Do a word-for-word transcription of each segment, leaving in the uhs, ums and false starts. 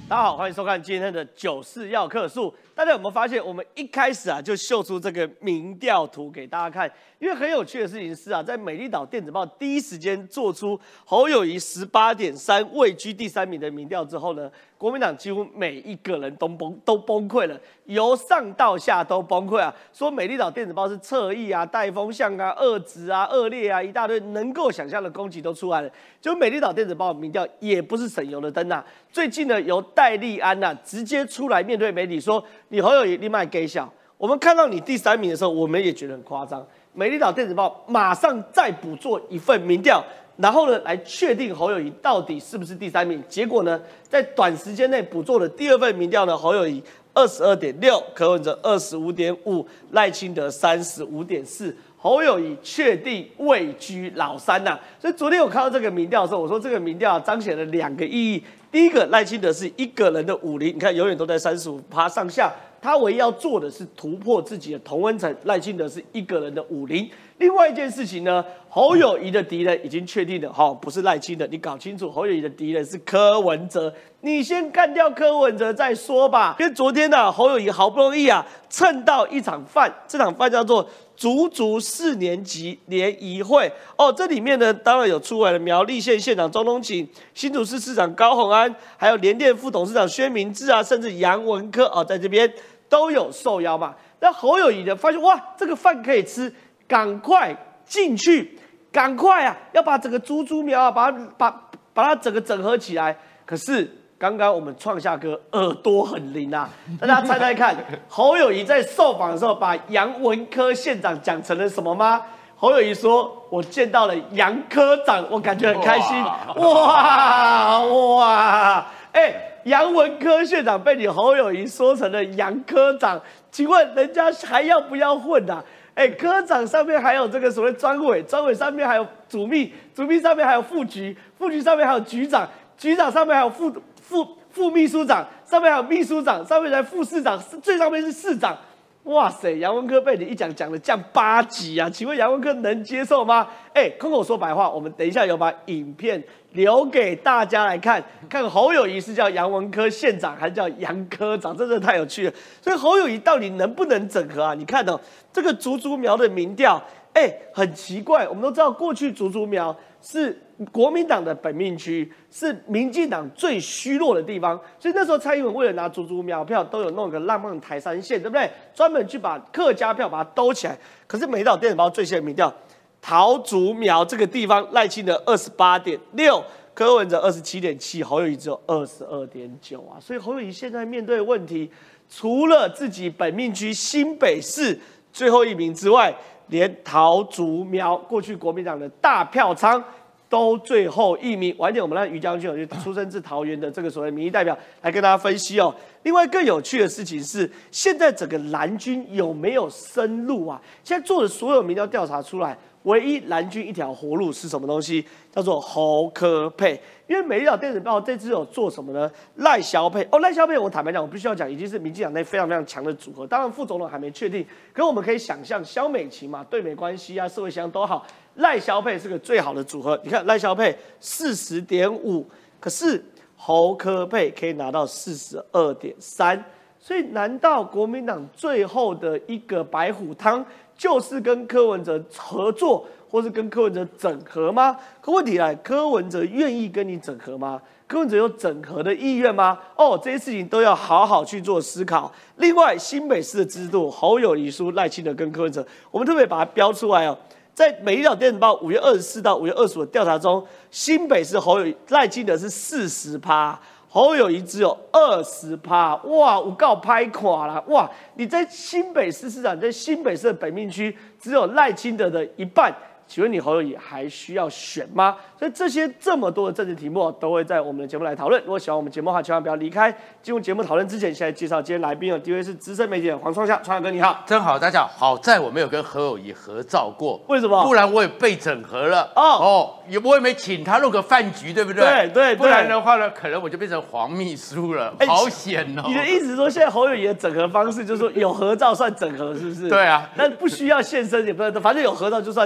大家好，欢迎收看今天的九四要客诉。大家有没有发现，我们一开始啊就秀出这个民调图给大家看？因为很有趣的事情是啊，在美丽岛电子报第一时间做出侯友宜十八点三位居第三名的民调之后呢，国民党几乎每一个人都崩都崩溃了，由上到下都崩溃啊，说美丽岛电子报是侧翼啊、带风向啊、恶质啊、恶劣啊，一大堆能够想象的攻击都出来了。就美丽岛电子报民调也不是省油的灯啊，最近呢由戴立安呐、啊、直接出来面对媒体说，你侯友宜你卖给小。我们看到你第三名的时候，我们也觉得很夸张。美丽岛电子报马上再补做一份民调，然后呢来确定侯友宜到底是不是第三名。结果呢，在短时间内补做的第二份民调呢，侯友宜二十二点六，柯文哲二十五点五，赖清德三十五点四。侯友宜确定位居老三呐、啊，所以昨天我看到这个民调的时候，我说这个民调彰显了两个意义。第一个，赖清德是一个人的武林，你看永远都在三十五趴上下，他唯一要做的是突破自己的同温层。赖清德是一个人的武林。另外一件事情呢，侯友宜的敌人已经确定了，哈，不是赖清德，你搞清楚，侯友宜的敌人是柯文哲，你先干掉柯文哲再说吧。因为昨天呢、啊，侯友宜好不容易啊蹭到一场饭，这场饭叫做竹竹四年级联谊会哦，这里面呢当然有出来了苗栗县县长钟东锦、新竹市市长高虹安，还有联电副董事长薛明志啊，甚至杨文科哦，在这边都有受邀嘛。那侯友宜的发现哇，这个饭可以吃。赶快进去，赶快啊！要把整个猪猪苗啊，把它把把它整个整合起来。可是刚刚我们创夏哥耳朵很灵啊，大家猜猜看，侯友宜在受访的时候把杨文科县长讲成了什么吗？侯友宜说：“我见到了杨科长，我感觉很开心。”哇哇！哎、欸，杨文科县长被你侯友宜说成了杨科长，请问人家还要不要混啊？哎、欸，科长上面还有这个所谓专委，专委上面还有主秘，主秘上面还有副局，副局上面还有局长，局长上面还有副副副秘书长，上面还有秘书长，上面还有副市长，最上面是市长。哇塞，杨文科被你一讲讲的降八级啊！请问杨文科能接受吗？哎、欸，空口说白话，我们等一下有把影片留给大家来看，看侯友宜是叫杨文科县长还是叫杨科长，真的太有趣了。所以侯友宜到底能不能整合啊？你看哦，这个竹竹苗的民调，哎、欸，很奇怪，我们都知道过去竹竹苗是国民党的本命区，是民进党最虚弱的地方，所以那时候蔡英文为了拿竹竹苗票，都有弄个浪漫台三线，对不对？专门去把客家票把它兜起来。可是美丽岛电子报最新的民调，桃竹苗这个地方赖清德二十八点六，柯文哲二十七点七，侯友宜只有二十二点九啊。所以侯友宜现在面对的问题，除了自己本命区新北市最后一名之外，连桃竹苗过去国民党的大票仓都最后一名。晚点我们让于将军，就出生自桃园的这个所谓民意代表来跟大家分析哦。另外更有趣的事情是，现在整个蓝军有没有深入啊？现在做的所有民调调查出来，唯一蓝军一条活路是什么东西？叫做侯科配。因为美丽岛电子报这次有做什么呢？赖萧配哦，赖萧配，我坦白讲，我必须要讲，已经是民进党内非常非常强的组合。当然副总统还没确定，可是我们可以想象，萧美琴嘛，对美关系啊，社会相都好，赖萧配是个最好的组合。你看赖萧配四十点五，可是侯科配可以拿到四十二点三，所以难道国民党最后的一个白虎汤就是跟柯文哲合作？或是跟柯文哲整合吗？可问题来，柯文哲愿意跟你整合吗？柯文哲有整合的意愿吗？哦，这些事情都要好好去做思考。另外，新北市的制度，侯友宜输赖清德跟柯文哲，我们特别把它标出来哦。在美丽岛电子报五月二十四到五月二十五的调查中，新北市侯友宜赖清德是四十趴。侯友宜只有二十趴，哇，我告拍垮了，哇！你在新北市市长，在新北市的本命区只有赖清德的一半，请问你侯友宜还需要选吗？所以这些这么多的政治题目都会在我们的节目来讨论。如果喜欢我们节目的话，千万不要离开。进入节目讨论之前，现在介绍今天来宾哦，第一位是资深媒体人黄创夏，创夏哥你好， 真好，大家好。好在我没有跟何友宜合照过， 为什么？ 不然我也被整合了哦哦，也我也没请他弄个饭局，对不对？ 对 对, 对， 不然的话呢，可能我就变成黄秘书了，欸、好险哦！ 你的意思是说，现在侯友宜的整合方式就是说有合照算整合，是不是？ 对啊， 那不需要现身也不能，反正有合照就算整合，哇！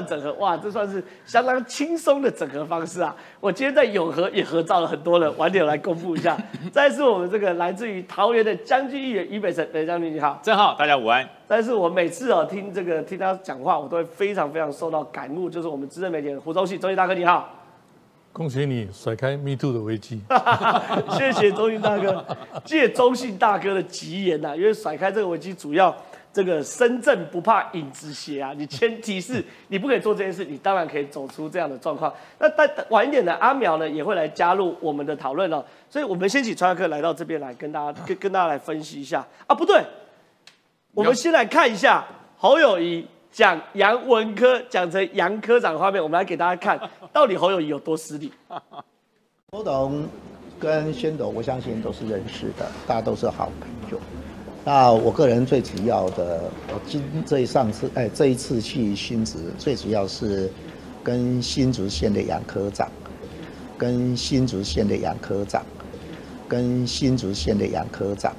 哇，这算是相当轻松的整合方式啊！我今天在永和也合照了很多人，晚点来公布一下。再是我们这个来自于桃园的将军议员于北辰，北将军你好， 正好，大家午安。 但是我每次哦听这个听他讲话，我都会非常非常受到感悟，就是我们资深媒体人胡宗信，宗信大哥你好。 恭喜你甩开 Me Too 的危机， 谢谢中信大哥，借中信大哥的吉言呐、啊，因为甩开这个危机，主要这个身正不怕影子斜啊，你前提是你不可以做这件事，你当然可以走出这样的状况。那但晚一点的阿苗呢，也会来加入我们的讨论哦，所以我们先请川哥来到这边来跟大家跟跟大家来分析一下啊，不对，我们先来看一下侯友宜讲杨文科讲成杨科长的画面，我们来给大家看，到底侯友宜有多失礼。 周董跟宣董，我相信都是认识的，大家都是好朋友。那我个人最主要的，我今这一上次，哎，这一次去新竹，最主要是跟新竹县的杨科长，跟新竹县的杨科长，跟新竹县的杨科长。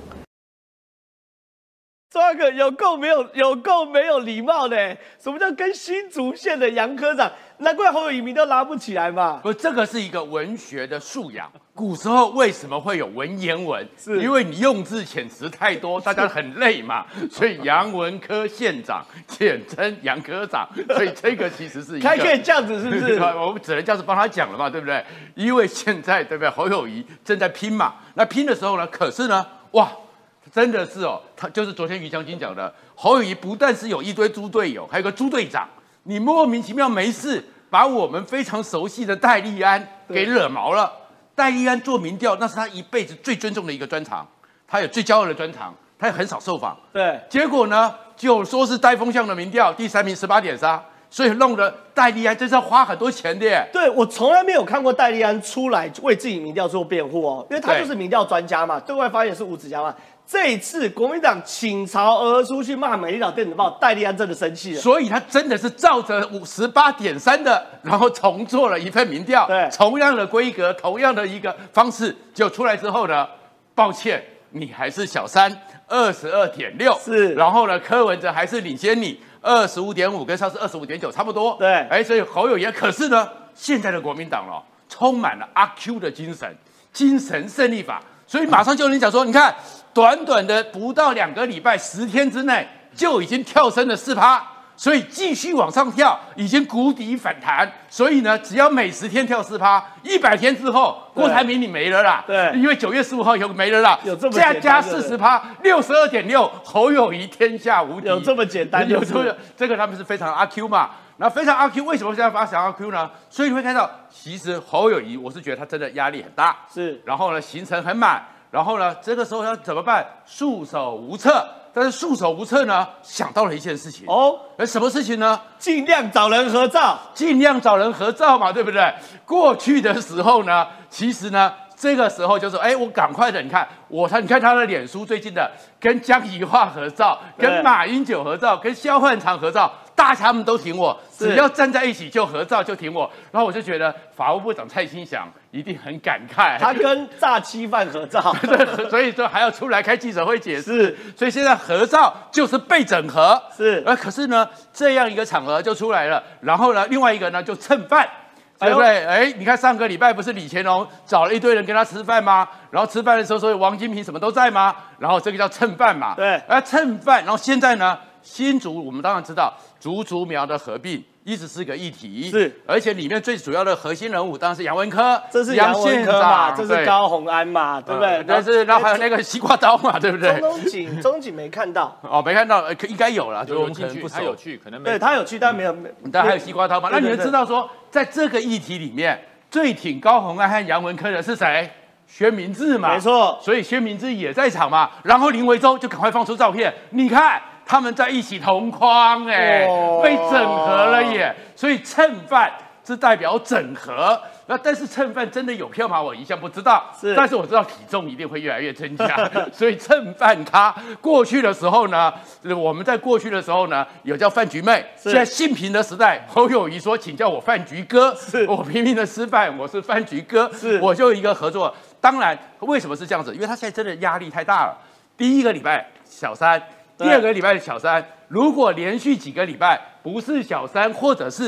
这个有够没有有够没有礼貌的，什么叫跟新竹县的杨科长？难怪侯友宜名都拉不起来嘛。 不，这个是一个文学的素养。古时候为什么会有文言文？是因为你用字遣词太多，大家很累嘛。所以杨文科县长简称杨科长，所以这个其实是一个。 还可以这样子，是不是？ 我们只能这样子帮他讲了嘛，对不对？因为现在对不对？侯友宜正在拼嘛，那拼的时候呢，可是呢，哇！真的是哦，他就是昨天于将军讲的，侯友宜不但是有一堆猪队友，还有个猪队长，你莫名其妙没事把我们非常熟悉的戴立安给惹毛了。戴立安做民调，那是他一辈子最尊重的一个专长，他有最骄傲的专长，他也很少受访。 对， 结果呢，就说是带风向的民调，第三名十八点杀。所以弄得戴立安真是要花很多钱的耶。 对，我从来没有看过戴立安出来为自己民调做辩护哦，因为他就是民调专家嘛，对外发言是无止家嘛。这一次国民党倾巢而出去骂美丽岛电子报，戴立安真的生气了。 所以他真的是照着五十八点三的，然后重做了一份民调， 对， 同样的规格，同样的一个方式，就出来之后呢，抱歉，你还是小三，二十二点六， 是， 然后呢，柯文哲还是领先你。二十五点五跟上次二十五点九差不多， 对， 哎，所以侯友宜可是呢，现在的国民党哦，充满了阿 Q 的精神，精神胜利法，所以马上就有人讲说，你看，短短的不到两个礼拜，十天之内就已经跳升了四趴，所以继续往上跳，已经谷底反弹，所以呢，只要每十天跳四趴，一百天之后，郭台铭你没了啦， 对， 因为九月十五号以后没了啦， 有这么加加四十趴，六十二点六，侯友宜天下无敌， 有这么简单？ 有这么这个他们是非常阿 Q 嘛，然后非常阿 Q， 为什么现在发想阿 Q 呢？所以你会看到，其实侯友宜，我是觉得他真的压力很大， 是， 然后呢，行程很满，然后呢，这个时候要怎么办？束手无策。但是束手无策呢，想到了一件事情哦，而什么事情呢？ 尽量找人合照， 尽量找人合照嘛，对不对？过去的时候呢，其实呢，这个时候就是，哎，我赶快的，你看我他，你看他的脸书最近的跟江宜桦合照，跟马英九合照，跟萧焕长合照，大家们都挺我，只要站在一起就合照就挺我。然后我就觉得法务部长蔡清祥一定很感慨， 他跟诈欺犯合照， 对，所以说还要出来开记者会解释。所以现在合照就是被整合， 是。 而可是呢，这样一个场合就出来了，然后呢，另外一个呢就蹭饭。对不对？哎，你看上个礼拜不是李乾龙找了一堆人跟他吃饭吗？然后吃饭的时候，所以王金平什么都在吗？然后这个叫蹭饭嘛。 对， 而蹭饭，然后现在呢，新竹我们当然知道竹竹苗的合并一直是个议题， 是， 而且里面最主要的核心人物当然是杨文科， 这是杨文科嘛，这是高虹安嘛，对不对？ 但是然后还有那个西瓜刀嘛，对不对？ 中景，中景没看到哦，没看到，应该有了， 就我们进去，他有去，可能没。 对他有去，但没有， 但还有西瓜刀嘛？那你们知道说，在这个议题里面，最挺高虹安和杨文科的是谁？薛明志嘛， 没错， 所以薛明志也在场嘛。然后林维洲就赶快放出照片，你看他们在一起同框，哎，被整合了耶。所以蹭饭是代表整合，那但是蹭饭真的有票吗？我一向不知道， 是， 但是我知道体重一定会越来越增加。所以蹭饭咖过去的时候呢，我们在过去的时候呢，有叫饭局妹，现在性平的时代，侯友宜说请叫我饭局哥， 是我拼命的吃饭，我是饭局哥， 是我就一个合作。当然，为什么是这样子？因为他现在真的压力太大了。第一个礼拜小三，第二个礼拜的小三，如果连续几个礼拜不是小三，或者是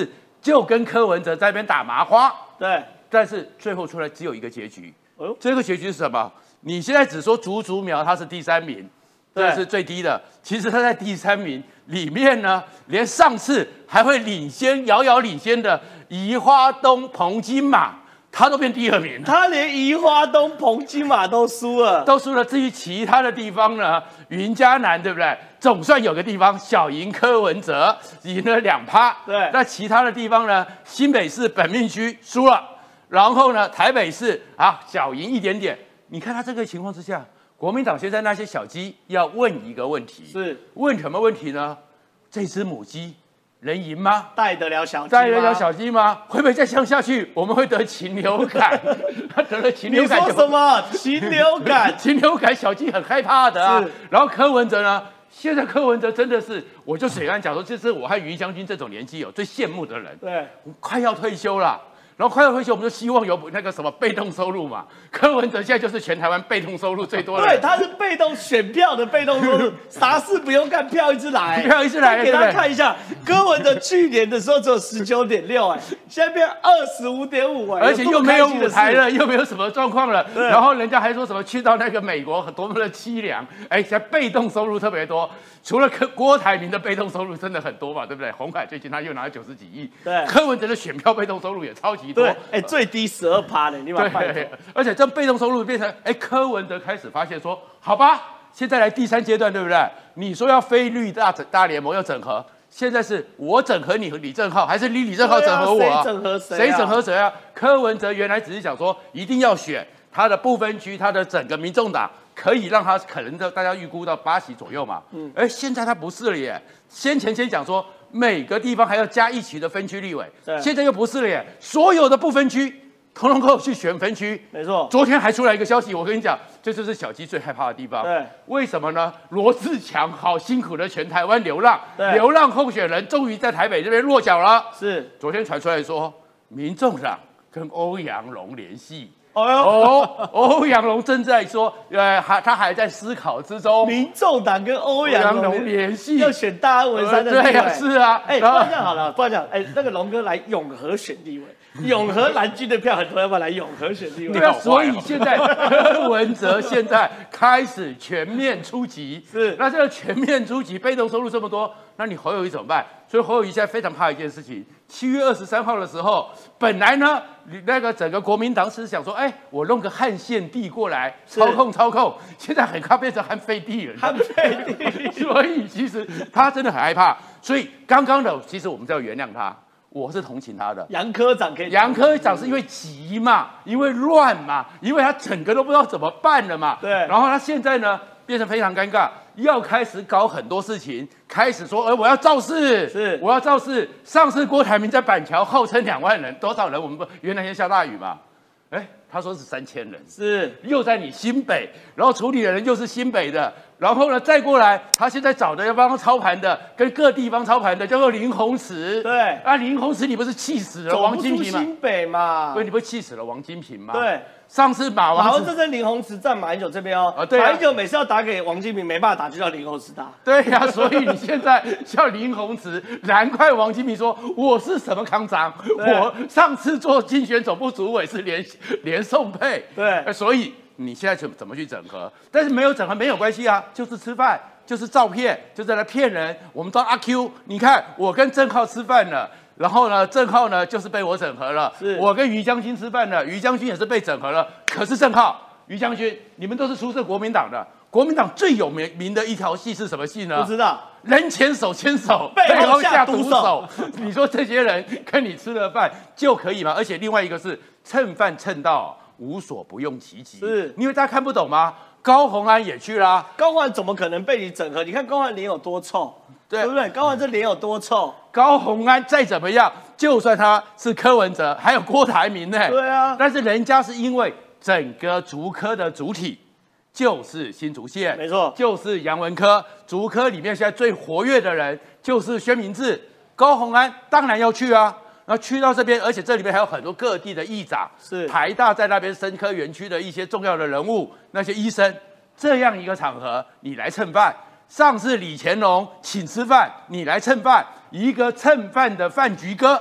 就跟柯文哲在那边打麻花。 对， 但是最后出来只有一个结局。 哎呦这个结局是什么？你现在只说竹竹苗他是第三名， 对这是最低的。其实他在第三名里面呢，连上次还会领先、遥遥领先的宜花东、彭金马，他都变第二名了。 他连宜花东、彭金马都输了， 都输了。至于其他的地方呢，云嘉南对不对？总算有个地方小赢柯文哲，赢了两趴。 对那其他的地方呢，新北市本命区输了，然后呢，台北市啊小赢一点点。你看他这个情况之下，国民党现在那些小鸡要问一个问题， 是问什么问题呢？这只母鸡能赢吗？ 带得了小鸡吗， 带得了小鸡吗？会不会再降下去，我们会得禽流感？他得了禽流你感就说什么？禽流感？ 禽流感小鸡很害怕的啊是。 然后柯文哲呢，现在柯文哲真的是，我就随便讲说，这是我和于将军这种年纪有最羡慕的人， 对， 快要退休了。然后快要退休，我们就希望有那个什么被动收入嘛。柯文哲现在就是全台湾被动收入最多的人。 对，他是被动选票的被动收入，啥事不用干，票一直来， 票一直来再给他对不对看一下，柯文哲去年的时候只有十九点六，哎，现在变二十五点五，哎， 而且又没有舞台了。 了，又没有什么状况了。 对然后人家还说什么去到那个美国多么的凄凉，哎，现在被动收入特别多。除了柯郭台铭的被动收入真的很多嘛，对不对？鸿海最近他又拿了九十几亿， 对柯文哲的选票被动收入也超级多。 对，哎，最低十二趴呢，你把拜对托， 而且这被动收入变成，哎，柯文哲开始发现说，好吧，现在来第三阶段，对不对？你说要非绿大整大联盟要整合，现在是我整合你和李正浩，还是你李正浩整合我、 对啊谁整合谁啊谁整合谁啊？柯文哲原来只是想说，一定要选他的不分区，他的整个民众党可以让他可能的大家预估到八席左右嘛。嗯，哎，现在他不是了耶。先前先讲说每个地方还要加一期的分区立委， 对现在又不是了耶，所有的不分区。通通给我去选分区， 没错。 昨天还出来一个消息，我跟你讲，这就是小鸡最害怕的地方。 对， 为什么呢？罗志强好辛苦的全台湾流浪， 对流浪候选人终于在台北这边落脚了。 是， 昨天传出来说，民众党跟欧阳龙联系。 哦哟， 哦，欧阳龙正在说，呃，还他还在思考之中。 民众党跟欧阳龙联系， 要选大安文山的立委， 对呀，是啊。 哎，不然这样好了，不然这样，哎，那个龙哥来永和选立委。永和蓝军的票很多，要不要来永和选立委？ 对啊，所以现在柯文哲现在开始全面出击， 是那这个全面出击，被动收入这么多，那你侯友宜怎么办？所以侯友宜现在非常怕一件事情，七月二十三号的时候，本来呢，那个整个国民党是想说，哎，我弄个汉献帝过来操控操控，现在很快变成汉废帝了， 汉废帝， 所以其实他真的很害怕，所以刚刚的其实我们就要原谅他。我是同情他的， 杨科长可以。 杨科长是因为急嘛，因为乱嘛，因为他整个都不知道怎么办了嘛。 对。 然后他现在呢，变成非常尴尬，要开始搞很多事情，开始说，呃，我要造势， 是， 我要造势。上次郭台铭在板桥号称两万人，多少人？我们不，原来天下大雨嘛。哎，他说是三千人， 是又在你新北，然后处理的人又是新北的，然后呢再过来，他现在找的要帮他操盘的，跟各地方操盘的叫做林鸿慈， 对， 啊林鸿慈你不是气死了王金平吗？ 新北嘛， 对，你不是气死了王金平吗？ 对， 上次马王马文正跟林鸿慈站马英九这边哦， 啊对啊马英九每次要打给王金平没办法打，就叫林鸿慈打， 对呀、啊，所以你现在叫林鸿慈，难怪王金平说我是什么康长，我上次做竞选总部主委是连连宋配， 对， 所以你现在怎怎么去整合？但是没有整合没有关系啊，就是吃饭，就是照片，就在那骗人。我们到阿 Q， 你看我跟郑浩吃饭了。然后呢，郑浩呢就是被我整合了。 是我跟于将军吃饭了，于将军也是被整合了。可是郑浩、于将军，你们都是出自国民党的。国民党最有名名的一条戏是什么戏呢？ 不知道。 人前手牵手， 背后下毒手。 你说这些人跟你吃了饭就可以吗？而且另外一个是蹭饭蹭到无所不用其极。 是， 你以为大家看不懂吗？高虹安也去啦。 高虹安怎么可能被你整合？你看高虹安脸有多臭， 对， 对不对？高虹安这脸有多臭？ 高虹安再怎么样，就算他是柯文哲，还有郭台铭呢。 对啊。 但是人家是因为整个竹科的主体就是新竹县， 没错， 就是杨文科。竹科里面现在最活跃的人就是薛明志，高虹安当然要去啊。然后去到这边，而且这里面还有很多各地的议长， 是台大在那边生科园区的一些重要的人物，那些医生，这样一个场合，你来蹭饭。上次李乾隆请吃饭，你来蹭饭，一个蹭饭的饭局哥，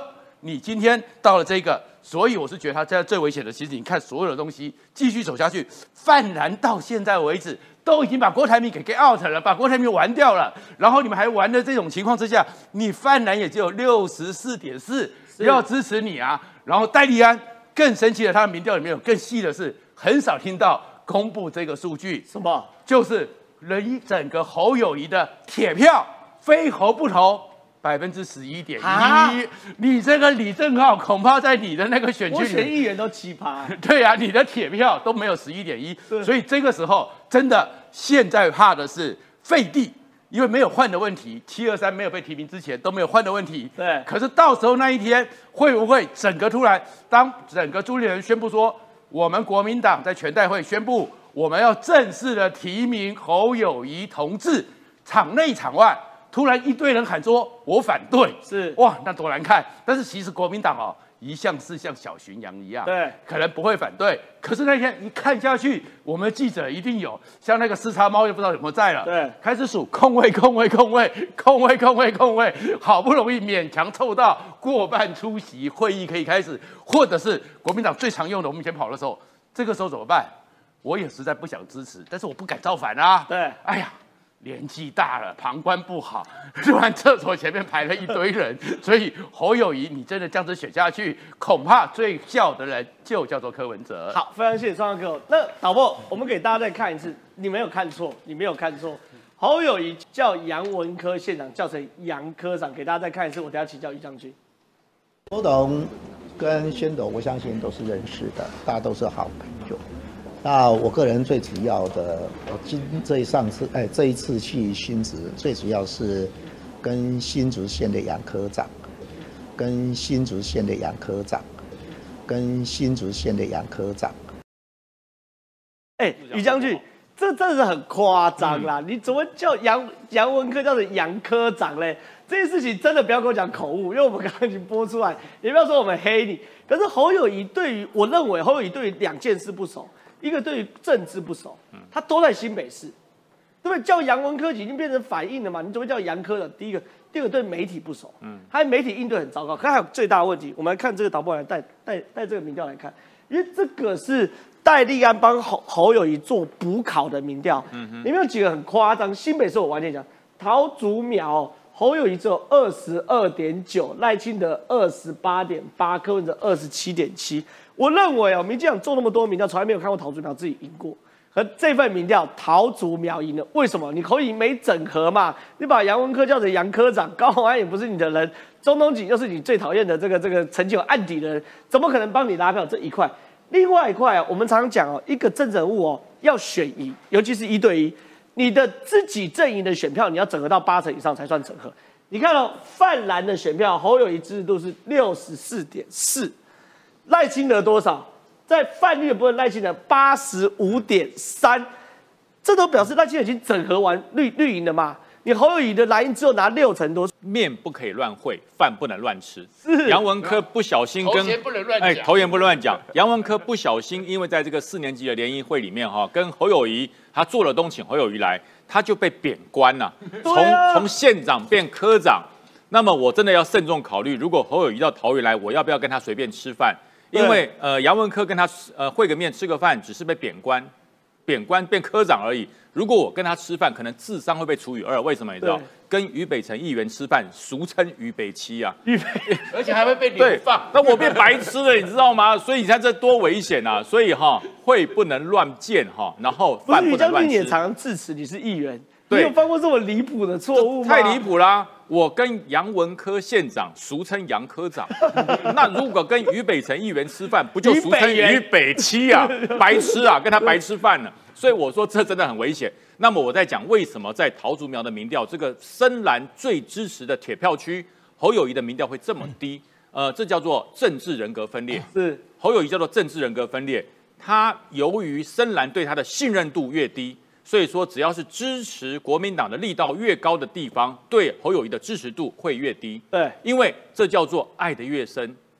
你今天到了这个，所以我是觉得他现在最危险的，其实你看所有的东西继续走下去，泛蓝到现在为止都已经把郭台铭给 get out 了，把郭台铭玩掉了，然后你们还玩的这种情况之下，你泛蓝也只有六十四点四，要支持你啊。然后戴立安更生气了，他的民调里面有更细的是，很少听到公布这个数据， 什么？ 就是人整个侯友宜的铁票，非侯不投。百分之十一点一，你这个李正皓恐怕在你的那个选区里， 我选议员都奇葩。 对啊，你的铁票都没有十一点一，所以这个时候真的现在怕的是废帝，因为没有换的问题，七二三没有被提名之前都没有换的问题。 对， 可是到时候那一天会不会整个突然，当整个朱立伦宣布说，我们国民党在全代会宣布我们要正式的提名侯友宜同志，场内场外。突然一堆人喊说“我反对”， 是哇，那多难看！但是其实国民党哦，一向是像小巡洋一样， 对， 可能不会反对。可是那天一看下去，我们记者一定有像那个四叉猫，又不知道有没有在了， 对， 开始数空位、空位、空位、空位、空位、空位，好不容易勉强凑到过半出席，会议可以开始，或者是国民党最常用的，我们以前跑的时候，这个时候怎么办？我也实在不想支持，但是我不敢造反啊。 对， 哎呀。年纪大了，旁观不好，突然厕所前面排了一堆人，所以侯友宜，你真的这样子选下去，恐怕最笑的人就叫做柯文哲。 好，非常谢谢双哥。那导播，我们给大家再看一次，你没有看错，你没有看错，侯友宜叫杨文科县长叫成杨科长，给大家再看一次。我等下请教于将军。 郭董跟宣董，我相信都是认识的，大家都是好朋友。那我个人最主要的，我今这一上次，哎，这一次去新竹，最主要是跟新竹县的杨科长，跟新竹县的杨科长，跟新竹县的杨科长。 哎、欸，于将军，这真的是很夸张啦！嗯、你怎么叫杨杨文科叫做杨科长嘞？这件事情真的不要跟我讲口误，因为我们刚刚已经播出来，也不要说我们黑你。可是侯友宜对于，我认为侯友宜对于两件事不熟。一个对于政治不熟，他都在新北市，对不对？叫杨文科已经变成反应了嘛？你怎么会叫杨科的？第一个，第二个对媒体不熟，嗯，他媒体应对很糟糕。可还有最大的问题，我们来看这个导播来带带带这个民调来看，因为这个是戴立安帮侯侯友宜做补考的民调，嗯哼，里面有几个很夸张。新北市我晚点讲，桃竹苗侯友宜只有二十二点九，赖清德二十八点八，柯文哲二十七点七。我认为哦，民进党做那么多民调，从来没有看过桃竹苗自己赢过。可这份民调，桃竹苗赢了，为什么？你侯友宜没整合嘛？你把杨文科叫成杨科长，高虹安也不是你的人，中东锦又是你最讨厌的这个这个曾经有案底的人，怎么可能帮你拉票？这一块，另外一块啊，我们常常讲哦，一个政治人物哦，要选赢，尤其是一对一，你的自己阵营的选票，你要整合到八成以上才算整合。你看到、哦、泛蓝的选票，侯友宜支持度是六十四点四。赖清德多少？在泛绿的部分，赖清德八十五点三，这都表示赖清德已经整合完绿绿营了嘛？你侯友宜的蓝营只有拿六成多， 面不可以乱汇，饭不能乱吃。 是杨文科不小心跟头衔不能乱讲， 哎，头衔不能乱讲。杨文科不小心，因为在这个四年级的联谊会里面哈，跟侯友宜他做了东，请侯友宜来，他就被贬官了、啊，从从县长变科长。那么我真的要慎重考虑，如果侯友宜到桃园来，我要不要跟他随便吃饭？因为呃，杨文科跟他呃会个面吃个饭，只是被贬官，贬官变科长而已。如果我跟他吃饭，可能智商会被除以二。为什么你知道？跟于北辰议员吃饭，俗称于北七啊， 于北， 而且还会被流放。 那我变白痴了，你知道吗？所以你看这多危险啊！所以哈，会不能乱建哈，然后饭不能乱吃。 你也常常自持你是议员，你有犯过这么离谱的错误吗？ 太离谱啦！我跟杨文科县长，俗称杨科长，那如果跟于北辰议员吃饭，不就俗称于北七啊？白痴啊，跟他白吃饭了。所以我说这真的很危险。那么我在讲为什么在桃竹苗的民调，这个深蓝最支持的铁票区，侯友宜的民调会这么低？呃，这叫做政治人格分裂。 是侯友宜叫做政治人格分裂，他由于深蓝对他的信任度越低。所以说，只要是支持国民党的力道越高的地方，对侯友宜的支持度会越低。 对， 因为这叫做爱得越深，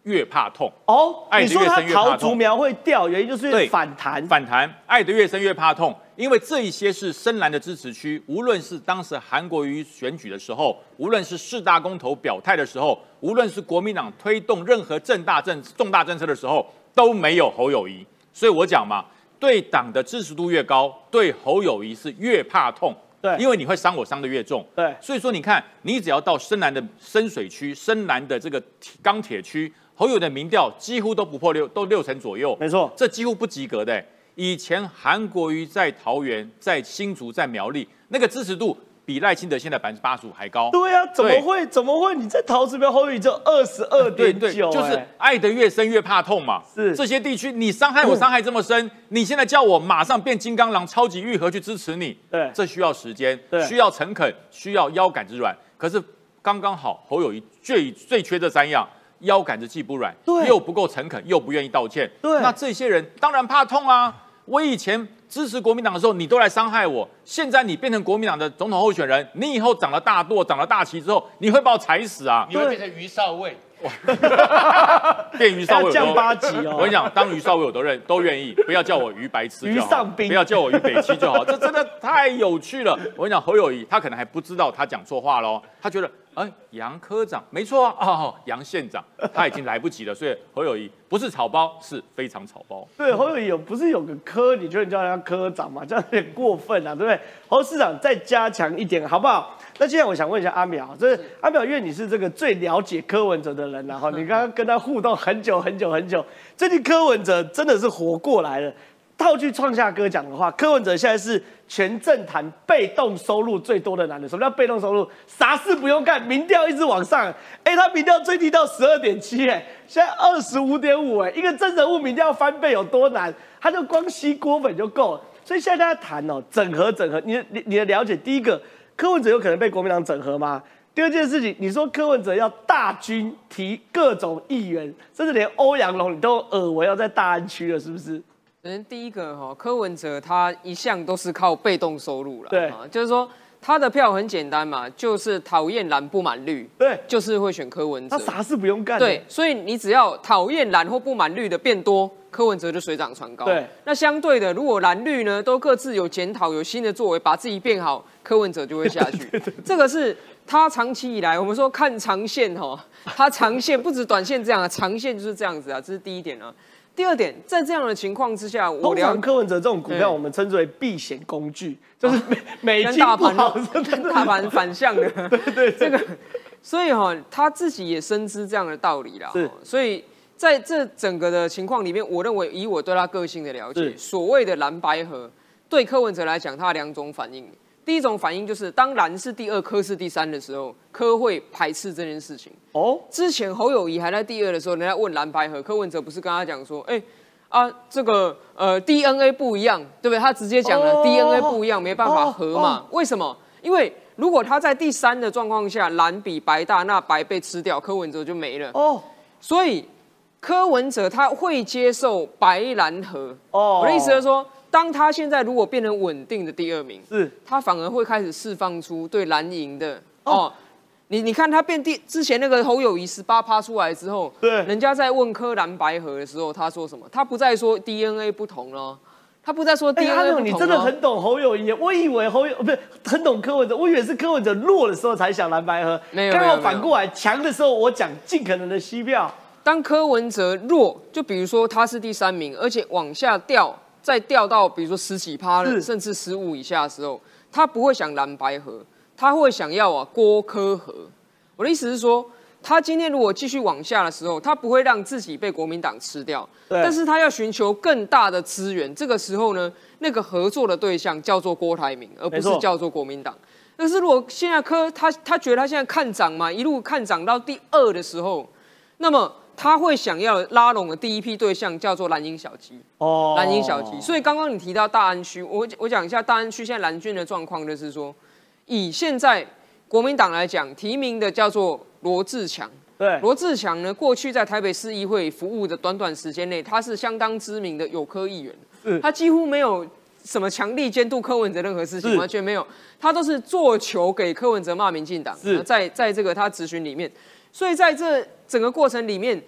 越怕痛。 哦，你说他爱得越深越怕桃竹痛。 苗会掉，原因就是对反弹。 反弹，爱得越深越怕痛，因为这一些是深蓝的支持区，无论是当时韩国瑜选举的时候，无论是四大公投表态的时候，无论是国民党推动任何重大政重大政策的时候，都没有侯友宜。所以我讲嘛，对党的支持度越高，对侯友宜是越怕痛。 对， 因为你会伤我伤得越重。 对， 所以说你看，你只要到深蓝的深水区、深蓝的这个钢铁区，侯友的民调几乎都不破六，都六成左右。 没错， 这几乎不及格的。以前韩国瑜在桃园、在新竹、在苗栗，那个支持度比赖清德现在百分之八十五还高。 对啊，怎么会？怎么会？你在桃竹苗侯友宜就二十二点九， 就是爱得越深越怕痛嘛。 是这些地区，你伤害我伤害这么深，你现在叫我马上变金刚狼、超级愈合去支持你， 对， 这需要时间， 对， 需要诚恳，需要腰杆子软。可是刚刚好，侯友宜最最缺这三样。腰杆子既不软，又不够诚恳，又不愿意道歉。 对， 那这些人当然怕痛啊！我以前支持国民党的时候，你都来伤害我，现在你变成国民党的总统候选人，你以后长了大舵、长了大旗之后，你会把我踩死啊！ 你会变成于少尉。 变于少尉， 降八级哦！ 我跟你讲，当于少尉我都认都愿意，不要叫我于白痴就好， 于上宾， 不要叫我于北七就好，这真的太有趣了。我跟你讲，侯友宜他可能还不知道他讲错话喽，他觉得哎杨科长没错啊，哦杨县长他已经来不及了，所以侯友宜不是草包，是非常草包。 对，侯友宜有不是有个科，你觉得你叫他科长嘛？这样有点过分啊，对不对？侯市长再加强一点好不好？那现在我想问一下阿苗，就是阿苗，因为你是这个最了解柯文哲的人然后你刚刚跟他互动很久很久很久，最近柯文哲真的是活过来了。套句创夏哥讲的话，柯文哲现在是全政坛被动收入最多的男人。什么叫被动收入？啥事不用干，民调一直往上。哎，他民调最低到十二点七，哎，现在二十五点五，哎，一个真人物民调翻倍有多难？他就光吸锅粉就够了。所以现在大家谈哦，整合整合，你的你你的了解，第一个，柯文哲有可能被国民党整合吗？第二件事情，你说柯文哲要大军提各种议员，甚至连欧阳龙你都耳闻要在大安区了，是不是？ 首先第一个哈，柯文哲他一向都是靠被动收入了， 对， 就是说他的票很简单嘛，就是讨厌蓝不满绿， 对， 就是会选柯文哲， 他啥事不用干， 对，所以你只要讨厌蓝或不满绿的变多，柯文哲就水涨船高， 对。 那相对的，如果蓝绿呢都各自有检讨、有新的作为，把自己变好，柯文哲就会下去，这个是他长期以来我们说看长线哈，他长线不止短线这样啊，长线就是这样子啊，这是第一点啊。第二点，在这样的情况之下，我通常柯文哲这种股票，我们称之为避险工具，就是美美金不好， 跟大盘反向的， 对对， 这个，所以哈、哦，他自己也深知这样的道理啦。 是， 所以在这整个的情况里面，我认为以我对他个性的了解，所谓的蓝白合，对柯文哲来讲，他有两种反应。第一种反应就是，当蓝是第二，柯是第三的时候，柯会排斥这件事情。哦，之前侯友宜还在第二的时候，人家问蓝白合，柯文哲不是跟他讲说，哎、欸、啊，这个呃 D N A 不一样，对不对？他直接讲了、哦、D N A 不一样，没办法合嘛。哦哦、为什么？因为如果他在第三的状况下，蓝比白大，那白被吃掉，柯文哲就没了。哦，所以柯文哲他会接受白蓝合。哦，我的意思是说。当他现在如果变成稳定的第二名，是，他反而会开始释放出对蓝营的哦，哦你你看他变第之前那个侯友宜十八趴出来之后，对，人家在问柯蓝白合的时候，他说什么？他不再说 D N A 不同了，他不再说 D N A 不同了。 你真的很懂侯友宜，我以为侯友不是很懂柯文哲，我以为是柯文哲弱的时候才想蓝白合， 没有， 刚好反过来强的时候我讲尽可能的吸票。 当柯文哲弱，就比如说他是第三名，而且往下掉。再掉到比如说十几趴了，甚至十五以下的时候，他不会想蓝白合，他会想要啊郭柯合。我的意思是说，他今天如果继续往下的时候，他不会让自己被国民党吃掉，但是他要寻求更大的资源。这个时候呢，那个合作的对象叫做郭台铭，而不是叫做国民党。但是如果现在柯他他觉得他现在看涨嘛，一路看涨到第二的时候，那么。他会想要拉拢的第一批对象叫做蓝鹰小鸡哦，蓝鹰小鸡。所以刚刚你提到大安区，我我讲一下大安区现在蓝军的状况，就是说，以现在国民党来讲，提名的叫做罗志强。对，罗志强呢，过去在台北市议会服务的短短时间内，他是相当知名的有科议员，他几乎没有什么强力监督柯文哲任何事情，完全没有，他都是做球给柯文哲骂民进党，在在这个他质询里面。所以在这整个过程里面，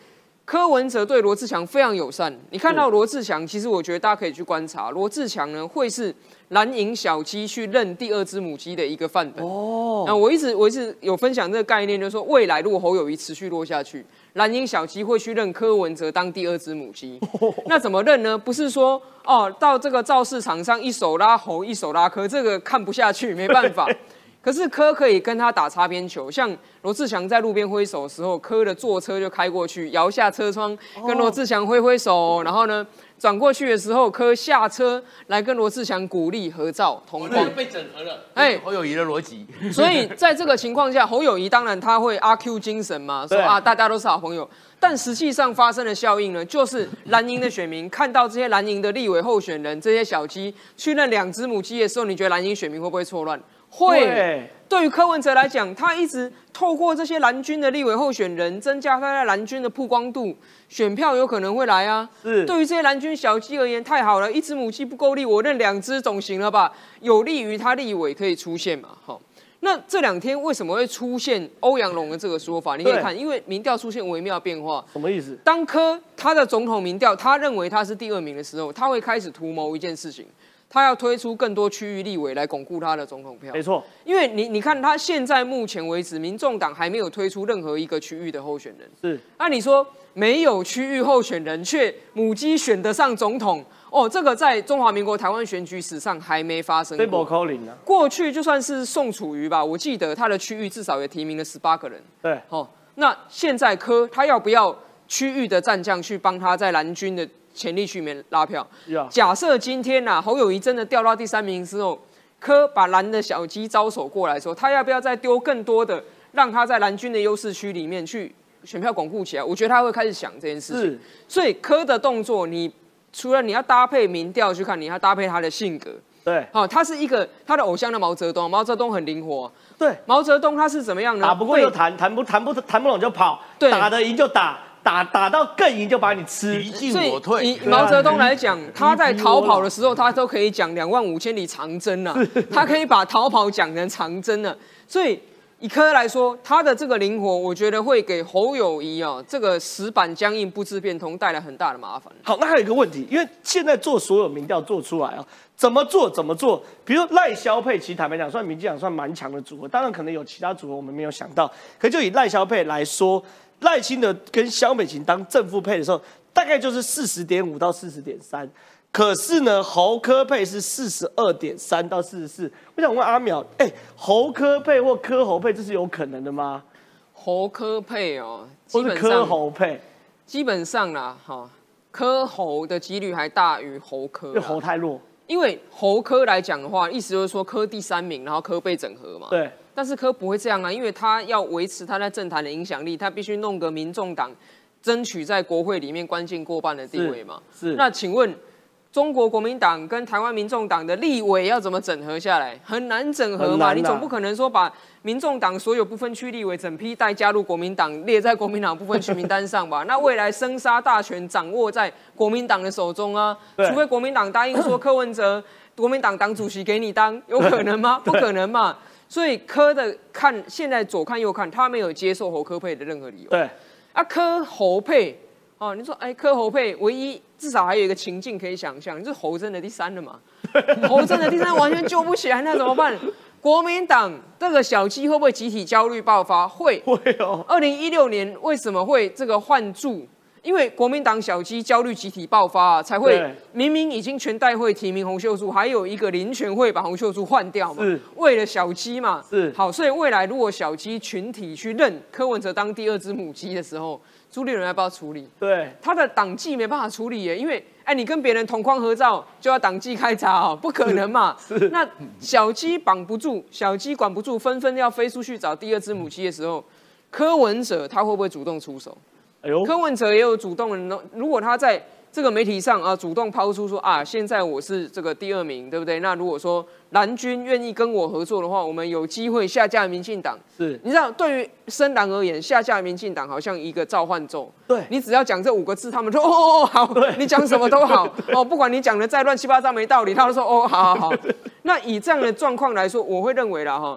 柯文哲对罗志祥非常友善。你看到罗志祥，其实我觉得大家可以去观察，罗志祥呢会是蓝营小鸡去认第二只母鸡的一个范本。哦，那我一直我一直有分享这个概念，就是说未来如果侯友宜持续落下去，蓝营小鸡会去认柯文哲当第二只母鸡。那怎么认呢？不是说哦到这个造市场上一手拉侯一手拉柯，这个看不下去，没办法。可是柯可以跟他打擦边球，像罗志祥在路边挥手的时候，柯的坐车就开过去，摇下车窗跟罗志祥挥挥手，然后呢转过去的时候，柯下车来跟罗志祥鼓励合照同框， 被整合了。哎，侯友宜的逻辑。 所以在这个情况下，侯友宜当然他会阿 Q 精神嘛，说啊大家都是好朋友。但实际上发生的效应呢，就是蓝营的选民看到这些蓝营的立委候选人这些小鸡去认两只母鸡的时候，你觉得蓝营选民会不会错乱？会。对于柯文哲来讲，他一直透过这些蓝军的立委候选人，增加他在蓝军的曝光度，选票有可能会来啊。是。对于这些蓝军小鸡而言，太好了，一只母鸡不够力，我认两只总行了吧？有利于他立委可以出现嘛？好。那这两天为什么会出现欧阳龙的这个说法？你可以看，因为民调出现微妙变化。 什么意思？ 当柯他的总统民调，他认为他是第二名的时候，他会开始图谋一件事情，他要推出更多区域立委来巩固他的总统票。 没错， 因为你你看他现在目前为止，民众党还没有推出任何一个区域的候选人。是，那你说没有区域候选人，却母鸡选得上总统？哦，这个在中华民国台湾选举史上还没发生过。过去就算是宋楚瑜吧，我记得他的区域至少也提名了十八个人。对，哦，那现在柯他要不要区域的战将去帮他在蓝军的潜力区里面拉票？假设今天呐、啊，侯友宜真的掉到第三名之后，柯把蓝的小鸡招手过来的时候，他要不要再丢更多的，让他在蓝军的优势区里面去选票巩固起来？我觉得他会开始想这件事情。所以柯的动作，你除了你要搭配民调去看，你要搭配他的性格。对，好、哦，他是一个他的偶像的毛泽东，毛泽东很灵活。对，毛泽东他是怎么样呢？ 打不过就谈，谈不谈不谈不拢就跑，打得赢就打。打打到更赢就把你吃， 敌进我退。 以毛泽东来讲，他在逃跑的时候，他都可以讲两万五千里长征啊，他可以把逃跑讲成长征啊。所以以柯来说，他的这个灵活，我觉得会给侯友宜啊这个死板僵硬、不知变通带来很大的麻烦。 好，那还有一个问题，因为现在做所有民调做出来啊，怎么做怎么做？比如赖萧配，其实坦白讲，算民进党算蛮强的组合，当然可能有其他组合我们没有想到，可就以赖萧配来说。赖清德跟萧美琴当正副配的时候，大概就是四十点五到四十点三，可是呢，侯柯配是四十二点三到四十四。我想问阿淼，哎、欸，侯柯配或柯侯配，这是有可能的吗？ 侯柯配哦， 或是柯侯配， 基本上啦，哈，柯侯的几率还大于侯柯， 因为侯太弱。 因为侯柯来讲的话，意思就是说柯第三名，然后柯被整合嘛。对。但是柯不会这样啊，因为他要维持他在政坛的影响力，他必须弄个民众党，争取在国会里面关键过半的地位嘛。是。是那请问，中国国民党跟台湾民众党的立委要怎么整合下来？很难整合嘛，你总不可能说把民众党所有不分区立委整批带加入国民党，列在国民党不分区名单上吧？那未来生杀大权掌握在国民党的手中啊，除非国民党答应说柯文哲国民党党主席给你当，有可能吗？不可能嘛。所以柯的看现在左看右看，他没有接受侯柯配的任何理由。对，啊柯侯配哦，你说哎柯侯配，唯一至少还有一个情境可以想象，就是侯真的第三了嘛？侯真的第三完全救不起来，那怎么办？国民党这个小鸡会不会集体焦虑爆发？会，会哦。二零一六年为什么会这个换柱？因为国民党小鸡焦虑集体爆发啊，才会明明已经全代会提名洪秀柱，还有一个林全会把洪秀柱换掉嘛，是为了小鸡嘛。是好，所以未来如果小鸡群体去认柯文哲当第二只母鸡的时候，朱立伦要不要处理？对，他的党纪没办法处理耶，因为哎，你跟别人同框合照就要党纪开闸哦，不可能嘛。是是那小鸡绑不住，小鸡管不住，纷纷要飞出去找第二只母鸡的时候，柯文哲他会不会主动出手？柯文哲也有主动的，如果他在这个媒体上啊主动抛出说啊，现在我是这个第二名，对不对？那如果说蓝军愿意跟我合作的话，我们有机会下架民进党。是，你知道对于深蓝而言，下架民进党好像一个召唤咒。对，你只要讲这五个字，他们说哦哦哦好，你讲什么都好哦，不管你讲的再乱七八糟没道理，他都说哦好好好。那以这样的状况来说，我会认为啦哈。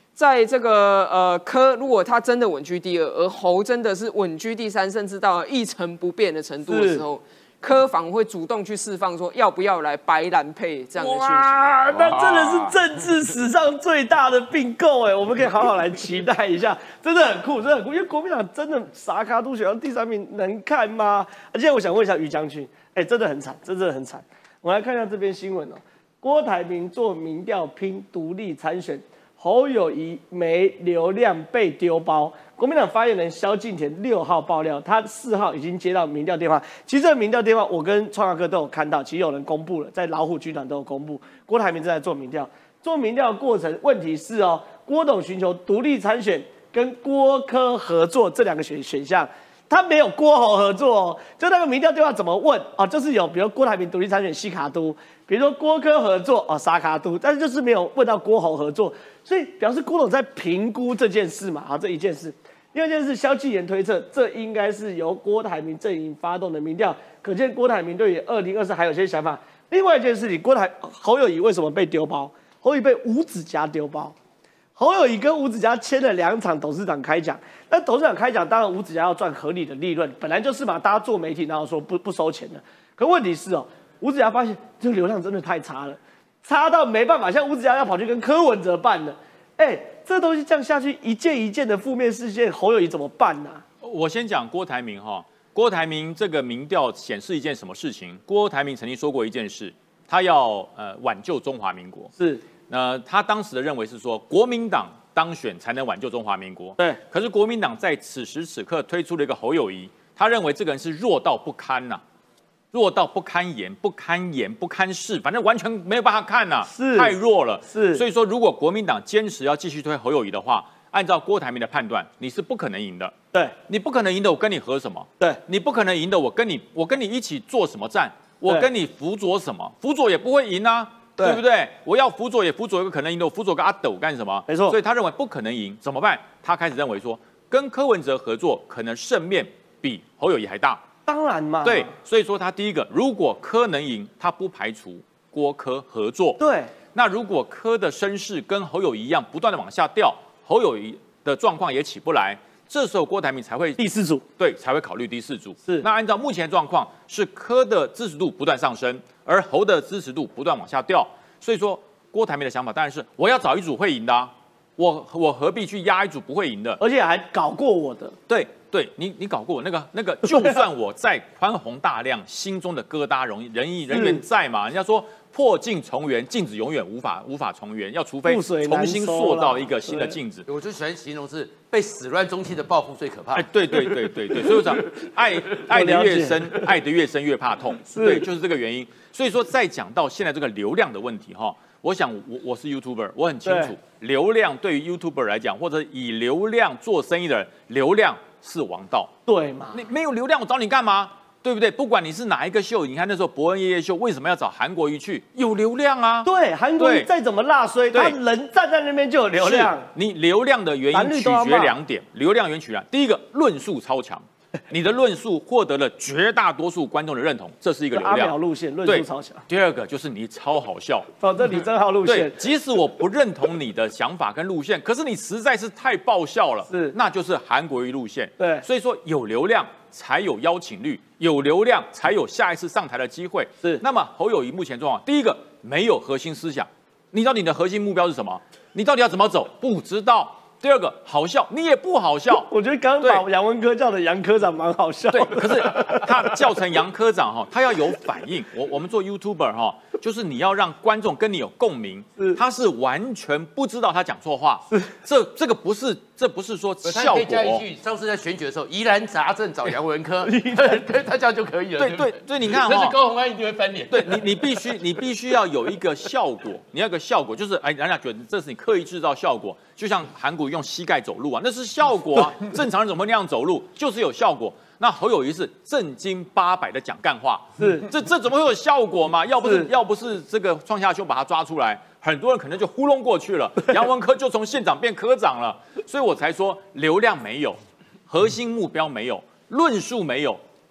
在这个呃柯，如果他真的稳居第二，而侯真的是稳居第三，甚至到了一成不变的程度的时候，柯反而会主动去释放说要不要来白蓝配这样的讯息。 哇，那真的是政治史上最大的并购哎，我们可以好好来期待一下，真的很酷，真的很酷。因为国民党真的傻卡都选到第三名，能看吗？而且我想问一下于将军，哎，真的很惨，真的很惨。我来看一下这篇新闻哦，郭台铭做民调拼独立参选。侯友宜没流量被丢包，国民党发言人萧敬腾六号爆料，他四号已经接到民调电话。其实这个民调电话，我跟创耀哥都有看到，其实有人公布了，在老虎军团都有公布。郭台铭正在做民调，做民调的过程，问题是哦，郭董寻求独立参选跟郭柯合作这两个选选项。他没有郭侯合作哦，就那个民调电话怎么问哦，就是有比如郭台铭独立参选西卡都，比如说郭柯合作哦沙卡都，但是就是没有问到郭侯合作，所以表示郭董在评估这件事嘛，好这一件事。第二件事，萧继言推测这应该是由郭台铭阵营发动的民调，可见郭台铭对于二零二四还有些想法。另外一件事情，郭台侯友宜为什么被丢包？侯友宜被吴子嘉丢包。侯友宜跟吴子嘉签了两场董事长开讲，那董事长开讲，当然吴子嘉要赚合理的利润，本来就是嘛，大家做媒体然后说不不收钱的。可问题是哦，吴子嘉发现这个流量真的太差了，差到没办法，像吴子嘉要跑去跟柯文哲办了，哎，这东西这样下去，一件一件的负面事件，侯友宜怎么办呢、啊？ 我先讲郭台铭哈，郭台铭这个民调显示一件什么事情？郭台铭曾经说过一件事，他要呃挽救中华民国。 是。 那他当时的认为是说，国民党当选才能挽救中华民国。 对。 可是国民党在此时此刻推出了一个侯友宜，他认为这个人是弱到不堪呐、啊，弱到不堪言、不堪言、不堪视，反正完全没有办法看呐、啊， 是太弱了。 是。 所以说，如果国民党坚持要继续推侯友宜的话，按照郭台铭的判断，你是不可能赢的。 对。 你不可能赢的，我跟你合什么？ 对。 你不可能赢的，我跟你我跟你一起做什么战？我跟你辅佐什么？辅佐也不会赢啊。对, 对不对？我要辅佐也辅佐一个可能赢的，我辅佐个阿斗干什么？ 没错。 所以他认为不可能赢，怎么办？他开始认为说，跟柯文哲合作可能胜面比侯友宜还大。 当然嘛。 对，所以说他第一个，如果柯能赢，他不排除郭柯合作。 对。 那如果柯的声势跟侯友宜一样，不断的往下掉，侯友宜的状况也起不来，这时候郭台铭才会第四组， 对，才会考虑第四组。 是。 那按照目前的状况，是柯的支持度不断上升，而侯的支持度不断往下掉。所以说，郭台铭的想法当然是我要找一组会赢的、啊，我我何必去压一组不会赢的？ 而且还搞过我的。 对对，你你搞过我那个那个，就算我再宽宏大量，心中的疙瘩容易人义人缘在嘛？人家说破镜重圆，镜子永远无法无法重圆，要除非重新塑造一个新的镜子。 我就喜欢形容是被始乱终弃的报复最可怕。 哎，对对对对对，所以我讲爱爱的越深，爱的越深越怕痛，对，就是这个原因。所以说，再讲到现在这个流量的问题哈，我想我我是 YouTuber， 我很清楚流量对于 YouTuber 来讲，或者以流量做生意的人，流量是王道。 对嘛？ 你没有流量，我找你干嘛？对不对？不管你是哪一个秀，你看那时候伯恩夜夜秀为什么要找韩国瑜去？有流量啊。 对，韩国瑜再怎么辣衰，他人站在那边就有流量。 你流量的原因取决两点，流量原因取决第一个论述超强。你的论述获得了绝大多数观众的认同，这是一个流量。 阿苗路线论述超强。 第二个就是你超好笑， 反正你真好路线。 对，即使我不认同你的想法跟路线，可是你实在是太爆笑了， 是， 那就是韩国瑜路线。 对， 所以说有流量才有邀请率，有流量才有下一次上台的机会。 是， 那么侯友宜目前状况，第一个没有核心思想，你到底你的核心目标是什么？你到底要怎么走？不知道。第二个好笑，你也不好笑。 我觉得刚刚把杨文科叫的杨科长蛮好笑。 对，可是他叫成杨科长哈，他要有反应。我我们做 YouTuber 哈，就是你要让观众跟你有共鸣。他是完全不知道他讲错话。这这个不是，这不是说效果。 加一句，上次在选举的时候，疑难杂症找杨文科，对他这样就可以了。 对对对，你看哈， 但是高虹安一定会翻脸。 对你，你必须你必须要有一个效果，你要有个效果，就是哎，人家觉得这是你刻意制造效果，就像韩国用膝盖走路啊，那是效果啊。正常人怎么会那样走路？就是有效果。那侯友宜是正经八百的讲干话， 是这这怎么会有效果嘛？要不是要不是这个创下修把他抓出来，很多人可能就糊弄过去了，杨文科就从县长变科长了。所以我才说流量没有，核心目标没有，论述没有，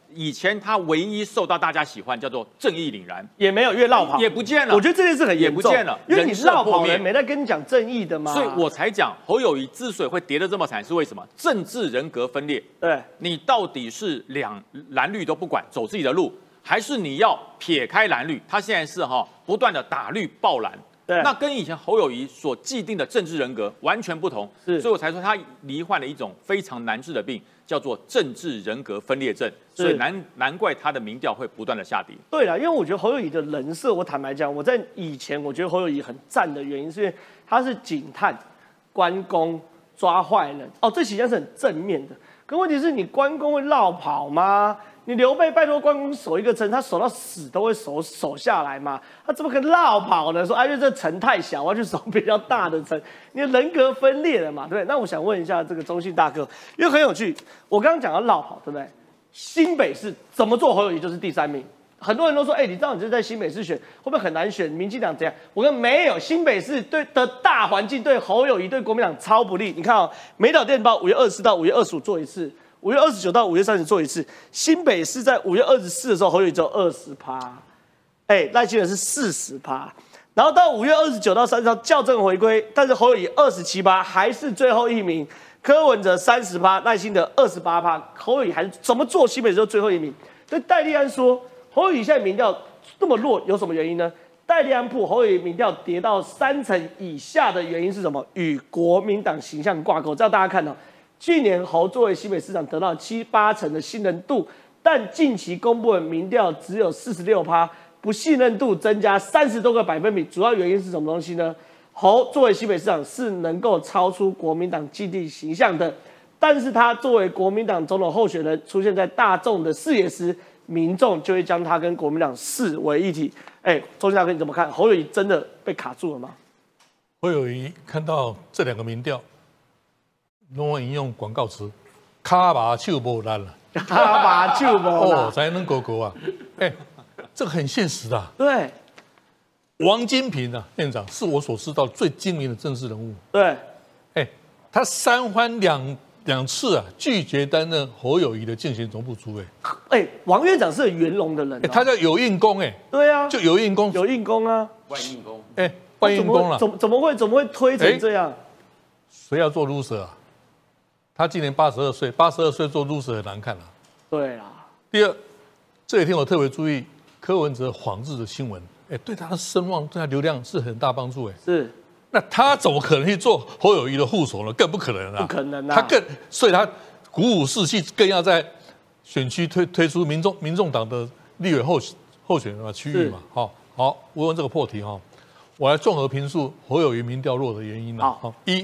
以前他唯一受到大家喜欢叫做正义凛然， 也没有，因为绕跑也不见了。 我觉得这件事很严重， 也不见了， 因为你绕跑人人没在跟你讲正义的嘛。 所以我才讲侯友宜之所以会跌得这么惨，是为什么？政治人格分裂。 对， 你到底是两蓝绿都不管，走自己的路，还是你要撇开蓝绿？他现在是哈不断的打绿爆蓝。 对， 那跟以前侯友宜所既定的政治人格完全不同， 是， 所以我才说他罹患了一种非常难治的病，叫做政治人格分裂症，所以难难怪他的民调会不断的下跌。 对啦，因为我觉得侯友宜的人设，我坦白讲，我在以前我觉得侯友宜很赞的原因，是因为他是警探、关公抓坏人，哦，这形象是很正面的。可问题是你关公会绕跑吗？你刘备拜托关公守一个城，他守到死都会守守下来吗？他怎么可能绕跑呢？说啊，因为这城太小，我要去守比较大的城。你的人格分裂了嘛，对不对？那我想问一下这个中信大哥，因为很有趣，我刚刚讲到绕跑，对不对？新北市怎么做侯友宜就是第三名，很多人都说，哎、欸，你知道你这在新北市选会不会很难选？民进党怎样？我跟没有，新北市对的大环境对侯友宜对国民党超不利。你看哦，美岛电报五月二十四到五月二十五做一次。五月二十九到五月三十做一次，新北市在五月二十四的时候，侯友宜只有二十趴，哎，赖清德是四十趴，然后到五月二十九到三十号校正回归，但是侯友宜二十七趴，还是最后一名，柯文哲三十趴，赖清德二十八趴，侯友宜还是怎么做新北市就最后一名。所以戴立安说，侯友宜现在民调那么弱，有什么原因呢？戴立安普侯友宜民调跌到三成以下的原因是什么？与国民党形象挂钩，这样大家看到。去年侯作为新北市长得到七八成的信任度，但近期公布的民调只有四十六趴，不信任度增加三十多个百分比。主要原因是什么东西呢？侯作为新北市长是能够超出国民党既定形象的，但是他作为国民党总统候选人出现在大众的视野时，民众就会将他跟国民党视为一体。哎，钟信大哥你怎么看？侯友宜真的被卡住了吗？ 侯友宜看到这两个民调。拢会引用广告词，卡把手无力了， 卡把手无力， 哦，才能狗狗啊！哎、欸，这个很现实的、啊。 对， 王金平啊，院长是我所知道最精明的政治人物。 对， 哎、欸，他三番两两次啊拒绝担任侯友宜的竞选总部主委。 哎、欸，王院长是很圆融的人、哦欸，他叫有印功哎、欸。 对啊， 就有印功， 有印功啊， 万印功。 哎、欸，万印功了， 怎么怎么会怎么会推成这样？ 谁、欸、要做 loser 啊？他今年八十二岁，八十二岁做 loser 很难看啊。 对啦。 第二，这几天我特别注意柯文哲访日的新闻，哎，对他的声望、对他流量是很大帮助，哎。 是。 那他怎么可能去做侯友宜的副手呢？更不可能啊！ 不可能啊！ 他更，所以他鼓舞士气，更要在选区推推出民众民众党的立委候候选人的区域嘛。好，好，我用这个破题哈，我来综合评述侯友宜民调弱的原因啦。好，一。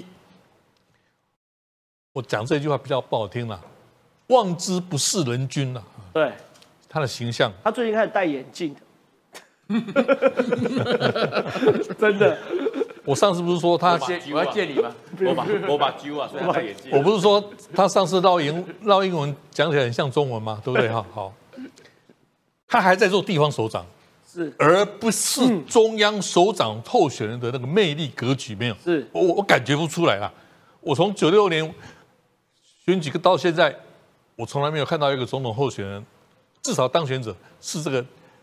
我讲这句话比较不好听啦，望之不是人君啦。 对， 他的形象， 他最近开始戴眼镜真的。 我上次不是说他， 我要见你吗？ 我把我把揪啊，所以他戴眼镜。 我不是说他上次绕英绕英文讲起来很像中文吗？对不对？哈，好，他还在做地方首长， 是， 而不是中央首长候选人的那个魅力格局没有。 是， 我我感觉不出来啦。我从九六年选举到现在，我从来没有看到一个总统候选人，至少当选者是这个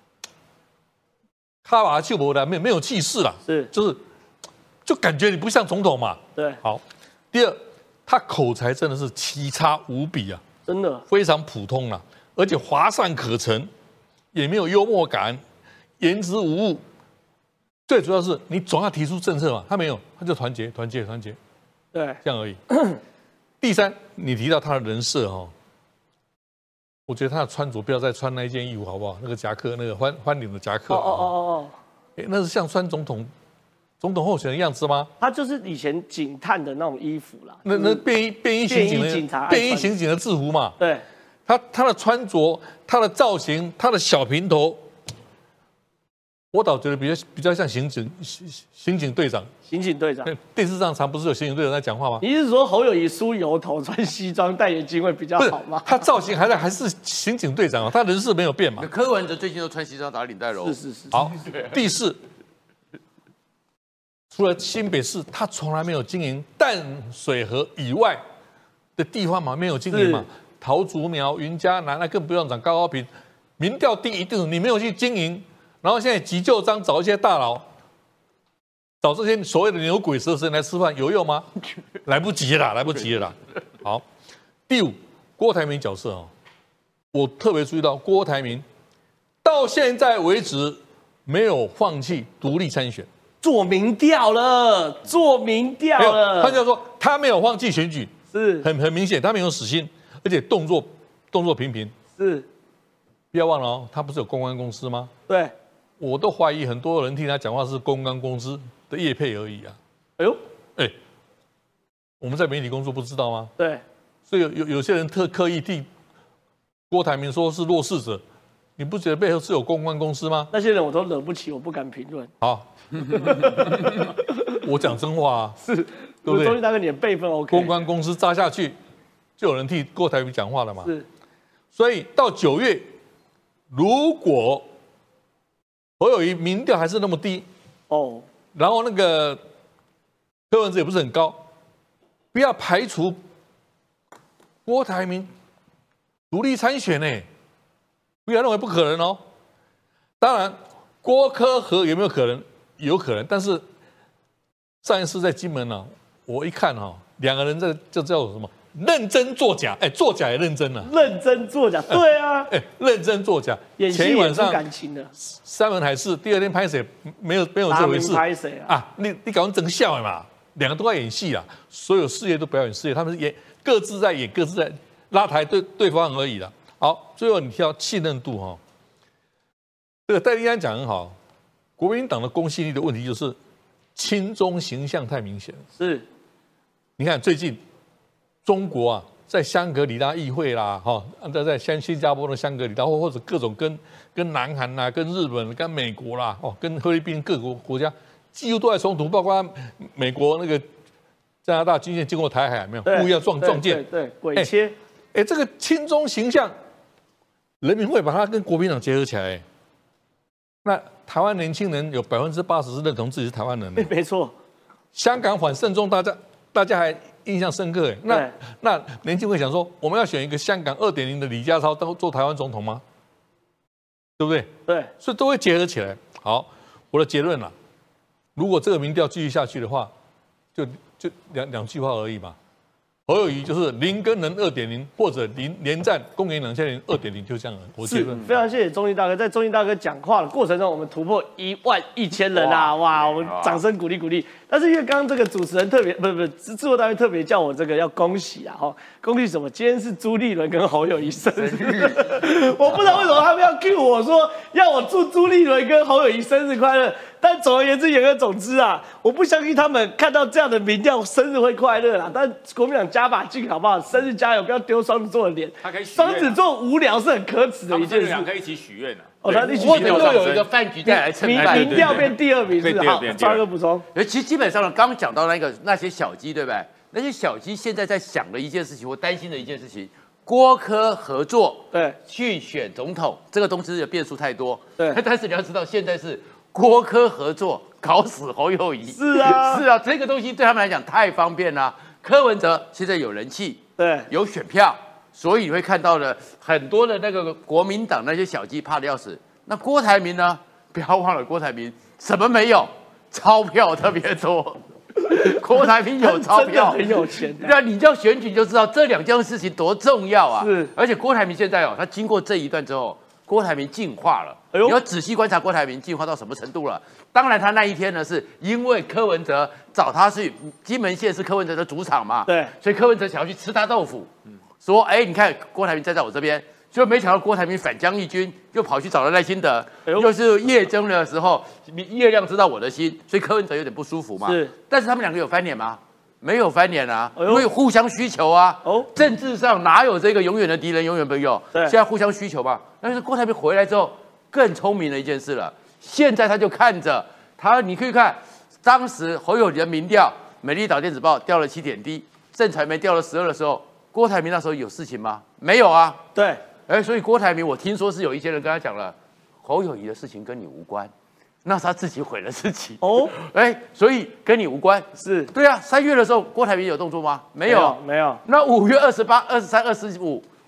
卡瓦丘博的没没有气势啦， 是， 就是就感觉你不像总统嘛。 对， 好。第二，他口才真的是奇差无比啊， 真的非常普通啦，而且乏善可陈，也没有幽默感，言之无物。最主要是你总要提出政策嘛，他没有，他就团结团结团结。 对， 这样而已。第三，你提到他的人设哈，我觉得他的穿着不要再穿那一件衣服好不好？那个夹克，那个翻翻领的夹克。 哦哦哦哦， 哎，那是像穿总统总统候选人样子吗？ 他就是以前警探的那种衣服啦。 那那便衣便衣刑警的警察便衣刑警的制服嘛。 对， 他他的穿着，他的造型，他的小平头。我倒觉得比较比较像刑警刑警队长， 刑警队长。 电视上常不是有刑警队长在讲话吗？ 你是说侯友宜梳油头、穿西装、戴眼镜会比较好吗？ 他造型还在还是刑警队长啊，他人设没有变嘛。 柯文哲最近都穿西装打领带喽。 是是是。 好，第四，除了新北市，他从来没有经营淡水河以外的地方嘛，没有经营嘛。 桃竹苗、云嘉南，那更不用讲高高屏，民调低一定，你没有去经营，然后现在急就章找一些大佬，找这些所谓的牛鬼蛇神来吃饭，有用吗？来不及了，来不及了啦。好，第五，郭台铭角色哦，我特别注意到郭台铭到现在为止没有放弃独立参选。 做民调了，做民调了。 他就说他没有放弃选举， 是很很明显，他没有死心，而且动作动作频频。 是， 不要忘了哦，他不是有公关公司吗？ 对， 我都怀疑很多人听他讲话是公关公司的业配而已啊。 哎呦， 哎，我们在媒体工作不知道吗？ 对， 所以有有有些人特刻意替郭台铭说是弱势者，你不觉得背后是有公关公司吗？ 那些人我都惹不起，我不敢评论。 好。我讲真话啊， 是， 对不对？ 中信大哥，你的辈分 OK。 公关公司扎下去，就有人替郭台铭讲话了嘛。 是， 所以到九月，如果侯友宜民调还是那么低， 哦， 然后那个柯文哲也不是很高，不要排除郭台铭独立参选呢，不要认为不可能哦。当然，郭柯合有没有可能？有可能，但是上一次在金门呢、啊，我一看哈、哦，两个人这这叫什么？认真作假，哎，作假也认真啊， 认真作假，对啊， 哎，认真作假。 演戏也不感情的， 三文海誓，第二天拍谁没有没有这回事？ 拍谁啊？ 啊，你你搞成整笑嘛，两个都在演戏啊，所有事业都表演事业，他们是演各自在演，各自在拉抬对对方而已了。好，最后你提到信任度哈、哦，这个戴立安讲很好。国民党的公信力的问题就是亲中形象太明显。 是， 你看最近中国啊，在香格里拉议会啦，哈，在在新新加坡的香格里拉，或或者各种跟跟南韩啦、跟日本、跟美国啦，哦，跟菲律宾各国国家几乎都在冲突，包括美国那个加拿大军舰经过台海，没有故意要撞撞舰， 对对，鬼切。 哎、欸，这个亲中形象，人民会把它跟国民党结合起来、欸。那台湾年轻人有百分之八十是认同自己是台湾人的， 没错。 香港反送中，大家大家还印象深刻哎。那那年轻人会想说，我们要选一个香港二点零的李家超当做台湾总统吗？对不对？ 对， 所以都会结合起来。好，我的结论啦，如果这个民调继续下去的话，就就两两句话而已嘛。侯友宜就是零跟人二点零，或者零连战公元两千年二点零，就这样了。我结论。 非常谢谢中信大哥，在中信大哥讲话的过程中，我们突破一万一千人啊！哇，我们掌声鼓励鼓励。但是因为刚刚这个主持人特别不不制作单位特别叫我这个要恭喜啊！哈，恭喜什么？今天是朱立伦跟侯友宜生日，我不知道为什么他们要 cue 我说要我祝朱立伦跟侯友宜生日快乐。但总而言之，言而总之啊，我不相信他们看到这样的民调，生日会快乐啦。但国民党加把劲，好不好？生日加油，不要丢双子座的脸。 他可以双子座无聊是很可耻的一件事。 两个一起许愿啊。 哦，他一起或许愿。 者有一个饭局再来蹭饭。 民调变第二名是好，抓个补充。 其实基本上呢，刚刚讲到那个那些小鸡，对不对？那些小鸡现在在想的一件事情，我担心的一件事情，郭柯合作， 对， 去选总统，这个东西的变数太多。 对， 但是你要知道，现在是郭柯合作。搞死侯友宜是啊， 是啊，这个东西对他们来讲太方便了。柯文哲现在有人气， 对， 有选票，所以你会看到了很多的那个国民党那些小鸡怕的要死。那郭台铭呢？不要忘了，郭台铭什么没有，钞票特别多。郭台铭有钞票， 很有钱。 对啊，你叫选举就知道这两件事情多重要啊。 是， 而且郭台铭现在哦，他经过这一段之后。郭台铭进化了， 哎呦， 你要仔细观察郭台铭进化到什么程度了。当然，他那一天呢，是因为柯文哲找他去金门县是柯文哲的主场嘛， 对， 所以柯文哲想要去吃他豆腐，说，哎，你看郭台铭站在我这边，就没想到郭台铭反将一军，又跑去找了赖清德，哎、又是夜争的时候，叶亮知道我的心，所以柯文哲有点不舒服嘛。 是， 但是他们两个有翻脸吗？没有翻脸啊，因为互相需求啊。哦，政治上哪有这个永远的敌人、永远朋友？ 对， 现在互相需求嘛。但是郭台铭回来之后，更聪明的一件事了。现在他就看着他，你可以看当时侯友宜的民调，美丽岛电子报掉了七点低，正传媒掉了十二的时候，郭台铭那时候有事情吗？没有啊。 对， 哎，所以郭台铭，我听说是有一些人跟他讲了，侯友宜的事情跟你无关。那是他自己毁了自己哦，哎，所以跟你无关， 是对啊。三月的时候，郭台铭有动作吗？没有， 没有。 那五月二十八、二十三、二十五，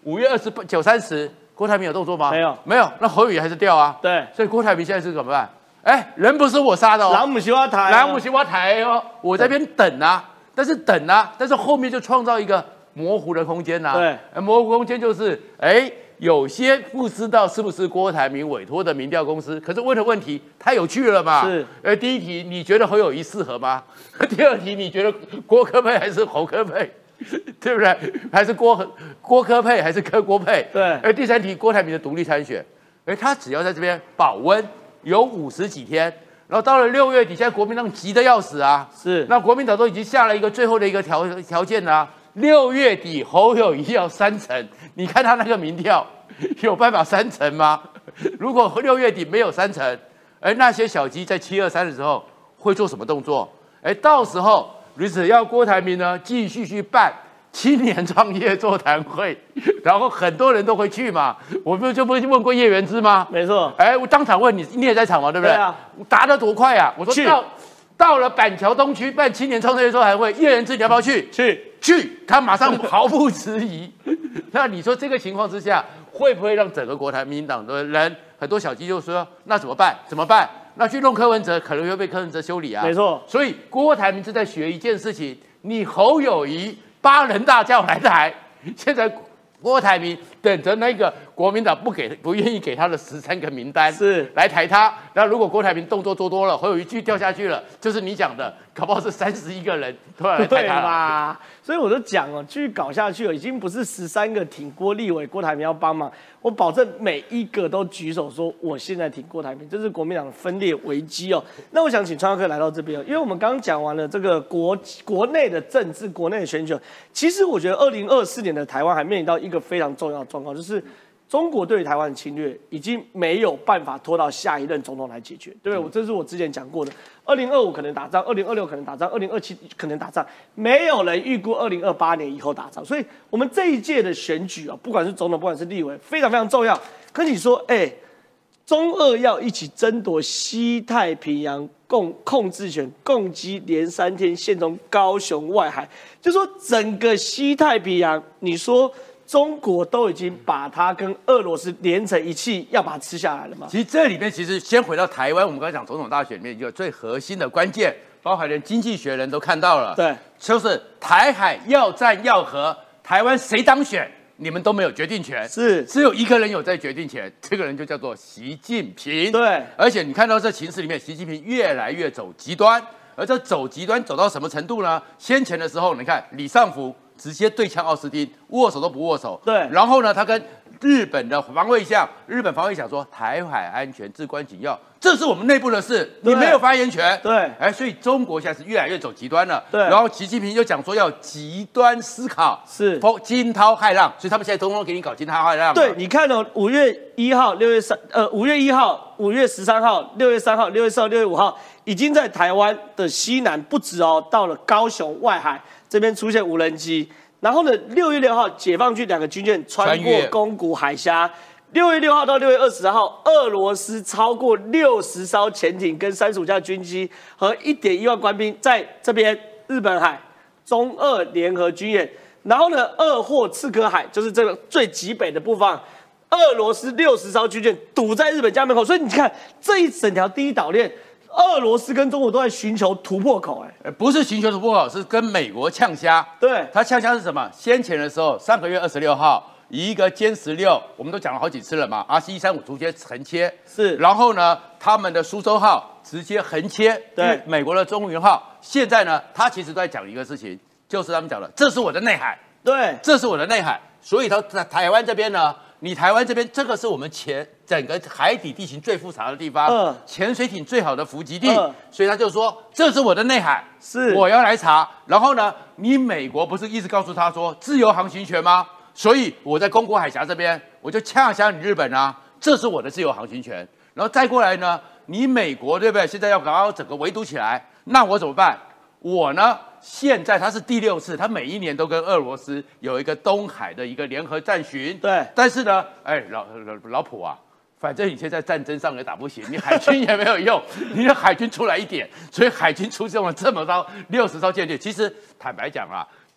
五月二十九、三十，郭台铭有动作吗？ 没有， 没有。那侯友宜还是掉啊。 对， 所以郭台铭现在是怎么办？哎，人不是我杀的哦， 狼母西瓜台， 狼母西瓜台哦，我在边等啊，但是等啊，但是后面就创造一个模糊的空间呐、啊。 对， 呃模糊空间就是，哎，有些不知道是不是郭台铭委托的民调公司，可是问的问题太有趣了嘛。 是， 呃，第一题你觉得侯友宜适合吗？第二题你觉得郭科配还是侯科配？对不对？还是郭郭科配还是柯郭配？ 对。 而第三题，郭台铭的独立参选，哎，他只要在这边保温有五十几天，然后到了六月底，现在国民党急得要死啊！ 是。 那国民党都已经下了一个最后的一个条条件啦、啊，六月底侯友宜要三成，你看他那个民调有办法三成吗？如果六月底没有三成，哎，那些小鸡在七二三的时候会做什么动作？哎，到时候。只要郭台铭呢继续去办青年创业座谈会，然后很多人都会去嘛。我不就不问过叶元之吗？ 没错。 哎，我当场问你，你也在场嘛，对不对？ 对啊。 答得多快啊！我说到到了板桥东区办青年创业座谈会，叶元之你要不要去？ 去去，他马上毫不迟疑。那你说这个情况之下，会不会让整个国台民党的人很多小鸡就说，那怎么办？怎么办？那去弄柯文哲，可能会被柯文哲修理啊。 没错， 所以郭台铭是在学一件事情：你侯友宜八人大叫来台，现在郭台铭等着那个国民党不给、不愿意给他的十三个名单是来抬他。那如果郭台铭动作做多了，侯友宜继续掉下去了，就是你讲的，搞不好是三十一个人都要来抬他了。所以我就讲哦，继续搞下去了，已经不是十三个挺郭立委，郭台铭要帮忙。我保证每一个都举手说我现在挺郭台铭，这是国民党的分裂危机哦。那我想请川哥来到这边，因为我们刚刚讲完了这个国国内的政治、国内的选举，其实我觉得二零二四年的台湾还面临到一个非常重要的状况，就是中国对于台湾的侵略已经没有办法拖到下一任总统来解决，对不对？我这是我之前讲过的，二零二五可能打仗，二零二六可能打仗，二零二七可能打仗，没有人预估二零二八年以后打仗，所以我们这一届的选举啊，不管是总统，不管是立委，非常非常重要。可你说，哎、欸，中俄要一起争夺西太平洋共控制权，共击连三天线中高雄外海，就说整个西太平洋，你说。中国都已经把它跟俄罗斯连成一气，要把它吃下来了吗？ 其实这里面其实先回到台湾，我们刚才讲总统大选里面一个最核心的关键，包含连经济学人都看到了， 对， 就是台海要战要和，台湾谁当选，你们都没有决定权， 是只有一个人有在决定权，这个人就叫做习近平。 对， 而且你看到这情势里面，习近平越来越走极端，而这走极端走到什么程度呢？先前的时候，你看李尚福。直接对呛奥斯汀，握手都不握手。 对， 然后呢，他跟日本的防卫相，日本防卫相说台海安全至关紧要，这是我们内部的事，你没有发言权。 对， 哎，所以中国现在是越来越走极端了。 对， 然后习近平就讲说要极端思考， 是惊涛骇浪，所以他们现在通通给你搞惊涛骇浪。 对，你看哦，五月一号、六月三，呃，五月一号、五月十三号、六月三号、六月四号、六月五号，已经在台湾的西南不止哦，到了高雄外海这边出现无人机。然后呢，六月六号，解放军两个军舰穿过宫古海峡。六月六号到六月二十号，俄罗斯超过六十艘潜艇跟三十五架军机和一点一万官兵在这边日本海中俄联合军演。然后呢，鄂霍次克海就是这个最极北的部分，俄罗斯六十艘军舰堵在日本家门口。所以你看这一整条第一岛链。俄罗斯跟中国都在寻求突破口、欸，哎， 不是寻求突破口，是跟美国呛虾。 对， 他呛虾是什么？先前的时候，上个月二十六号，以一个歼十六，我们都讲了好几次了嘛 ，R C 一三五直接横切， 是， 然后呢，他们的苏州号直接横切， 对， 美国的中云号，现在呢，他其实都在讲一个事情，就是他们讲的，这是我的内海， 对， 这是我的内海，所以他在台湾这边呢。你台湾这边，这个是我们前整个海底地形最复杂的地方， 嗯， 潜水艇最好的伏击地， 嗯， 所以他就说这是我的内海， 是我要来查。然后呢，你美国不是一直告诉他说自由航行权吗？所以我在宫古海峡这边，我就呛下你日本啊，这是我的自由航行权。然后再过来呢，你美国对不对？现在要搞到整个围堵起来，那我怎么办？我呢？现在他是第六次，他每一年都跟俄罗斯有一个东海的一个联合战巡。 对， 但是呢，哎，老老老普啊，反正你现在战争上也打不行，你海军也没有用，你的海军出来一点，所以海军出动了这么多六十艘舰艇。其实坦白讲啊，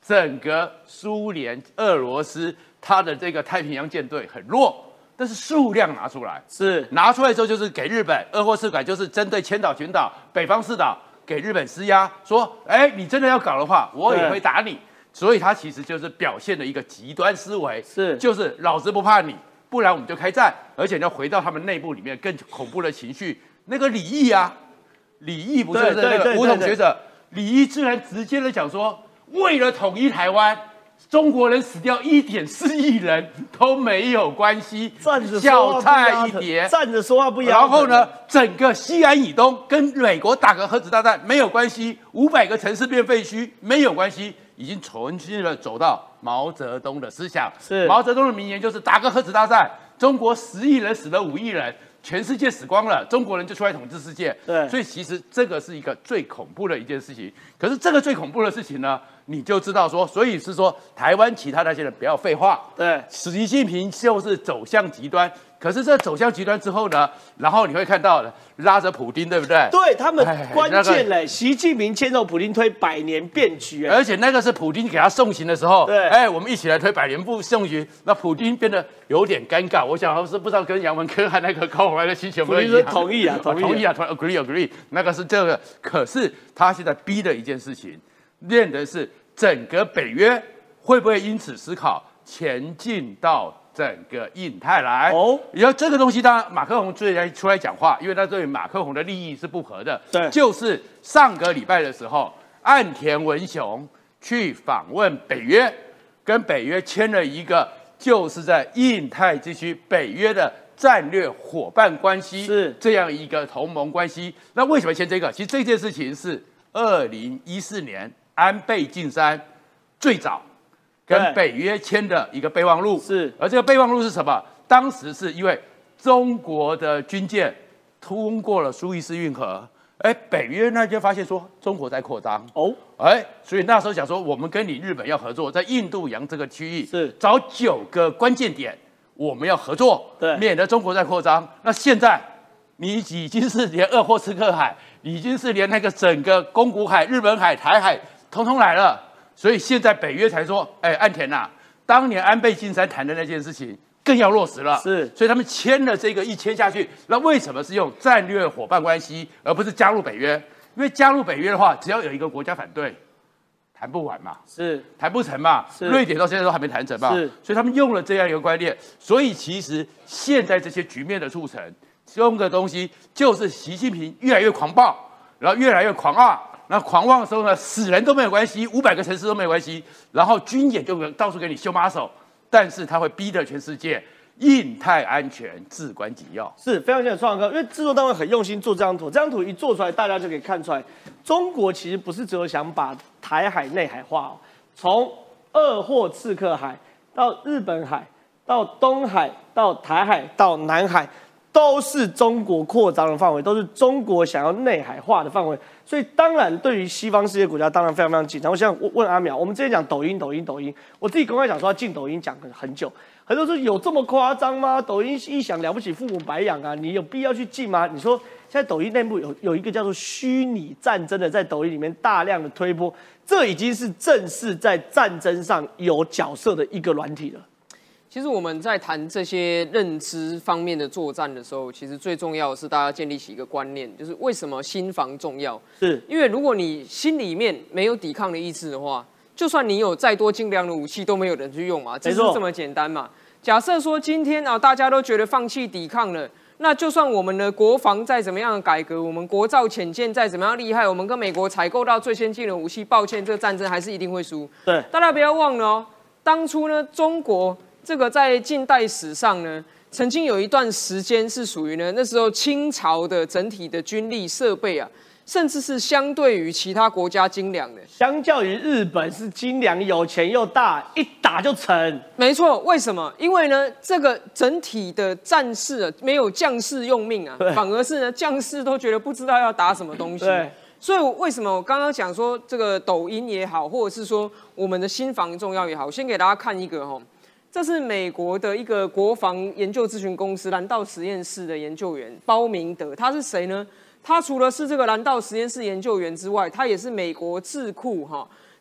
整个苏联、俄罗斯它的这个太平洋舰队很弱，但是数量拿出来， 是拿出来之后就是给日本，鄂霍次港就是针对千岛群岛、北方四岛给日本施压，说，哎，你真的要搞的话，我也会打你。所以它其实就是表现了一个极端思维， 是就是老子不怕你，不然我们就开战，而且要回到他们内部里面更恐怖的情绪。那个李毅啊，李毅不是那个武统学者，李毅居然直接的讲说，为了统一台湾，中国人死掉一点四亿人都没有关系，小菜一碟， 站着说话不腰疼。 然后呢，整个西安以东跟美国打个核子大战没有关系，五百个城市变废墟没有关系。已经重新的走到毛泽东的思想， 是毛泽东的名言就是打个核子大战，中国十亿人死了五亿人，全世界死光了，中国人就出来统治世界。 对， 所以其实这个是一个最恐怖的一件事情。可是这个最恐怖的事情呢，你就知道说，所以是说台湾其他那些人不要废话。 对， 习近平就是走向极端。可是这走向极端之后呢，然后你会看到拉着普丁，对不对？ 对他们关键嘞， 那个、 习近平牵手普丁推百年变局， 而且那个是普丁给他送行的时候， 对， 哎，我们一起来推百年不送行，那普丁变得有点尴尬。我想他是不知道跟杨文科和那个高虹安的心情有没有一样？ 同意啊，同意、啊， 同意啊，同 agree agree， 那个是这个。可是他现在逼的一件事情，练的是整个北约会不会因此思考前进到整个印太来哦，然后这个东西当然马克宏最来出来讲话，因为他对马克宏的利益是不合的。 对， 就是上个礼拜的时候，岸田文雄去访问北约，跟北约签了一个就是在印太地区北约的战略伙伴关系， 是这样一个同盟关系。那为什么签这个？其实这件事情是二零一四年安倍晋三最早跟北约签的一个备忘录， 是， 而这个备忘录是什么？当时是因为中国的军舰通过了苏伊士运河，哎，北约那就发现说中国在扩张哦，哎，所以那时候想说，我们跟你日本要合作，在印度洋这个区域是找九个关键点，我们要合作， 对， 免得中国在扩张。那现在你已经是连鄂霍次克海，已经是连那个整个宫古海、日本海、台海，通通来了。所以现在北约才说，哎，岸田呐、啊，当年安倍晋三谈的那件事情更要落实了。 是， 所以他们签了这个一签下去，那为什么是用战略伙伴关系，而不是加入北约？因为加入北约的话，只要有一个国家反对，谈不完嘛， 是谈不成嘛。瑞典到现在都还没谈成嘛。 是， 所以他们用了这样一个观念。所以其实现在这些局面的促成，用的东西就是习近平越来越狂暴，然后越来越狂妄。那狂妄的时候呢，死人都没有关系，五百个城市都没有关系，然后军演就到处给你秀马手，但是他会逼得全世界印太安全至关紧要。 是非常谢谢创哥，因为制作单位很用心做这张图，这张图一做出来，大家就可以看出来，中国其实不是只有想把台海内海化哦，从鄂霍次克海到日本海，到东海，到台海，到南海。都是中国扩张的范围，都是中国想要内海化的范围，所以当然对于西方世界国家，当然非常非常紧张。我想问阿苗，我们之前讲抖音，抖音，抖音，我自己公开讲说要进抖音，讲很久，很多人说有这么夸张吗？抖音一想了不起，父母白养啊，你有必要去进吗？你说现在抖音内部有有一个叫做虚拟战争的，在抖音里面大量的推播，这已经是正式在战争上有角色的一个软体了。 其实我们在谈这些认知方面的作战的时候，其实最重要的是大家建立起一个观念，就是为什么心防重要？ 是因为如果你心里面没有抵抗的意志的话，就算你有再多精良的武器，都没有人去用嘛，只是这么简单嘛。假设说今天啊，大家都觉得放弃抵抗了，那就算我们的国防再怎么样的改革，我们国造潜舰再怎么样厉害，我们跟美国采购到最先进的武器，抱歉，这个战争还是一定会输。 对， 大家不要忘了哦，当初呢，中国。这个在近代史上呢，曾经有一段时间是属于呢那时候清朝的整体的军力设备啊，甚至是相对于其他国家精良的。 相较于日本是精良、有钱又大，一打就成。 没错，为什么？因为呢，这个整体的战事啊，没有将士用命啊，反而是呢将士都觉得不知道要打什么东西。 对。 所以为什么我刚刚讲说这个抖音也好，或者是说我们的心防重要也好，我先给大家看一个哈。这是美国的一个国防研究咨询公司蓝道实验室的研究员包明德，他是谁呢？他除了是这个蓝道实验室研究员之外，他也是美国智库哈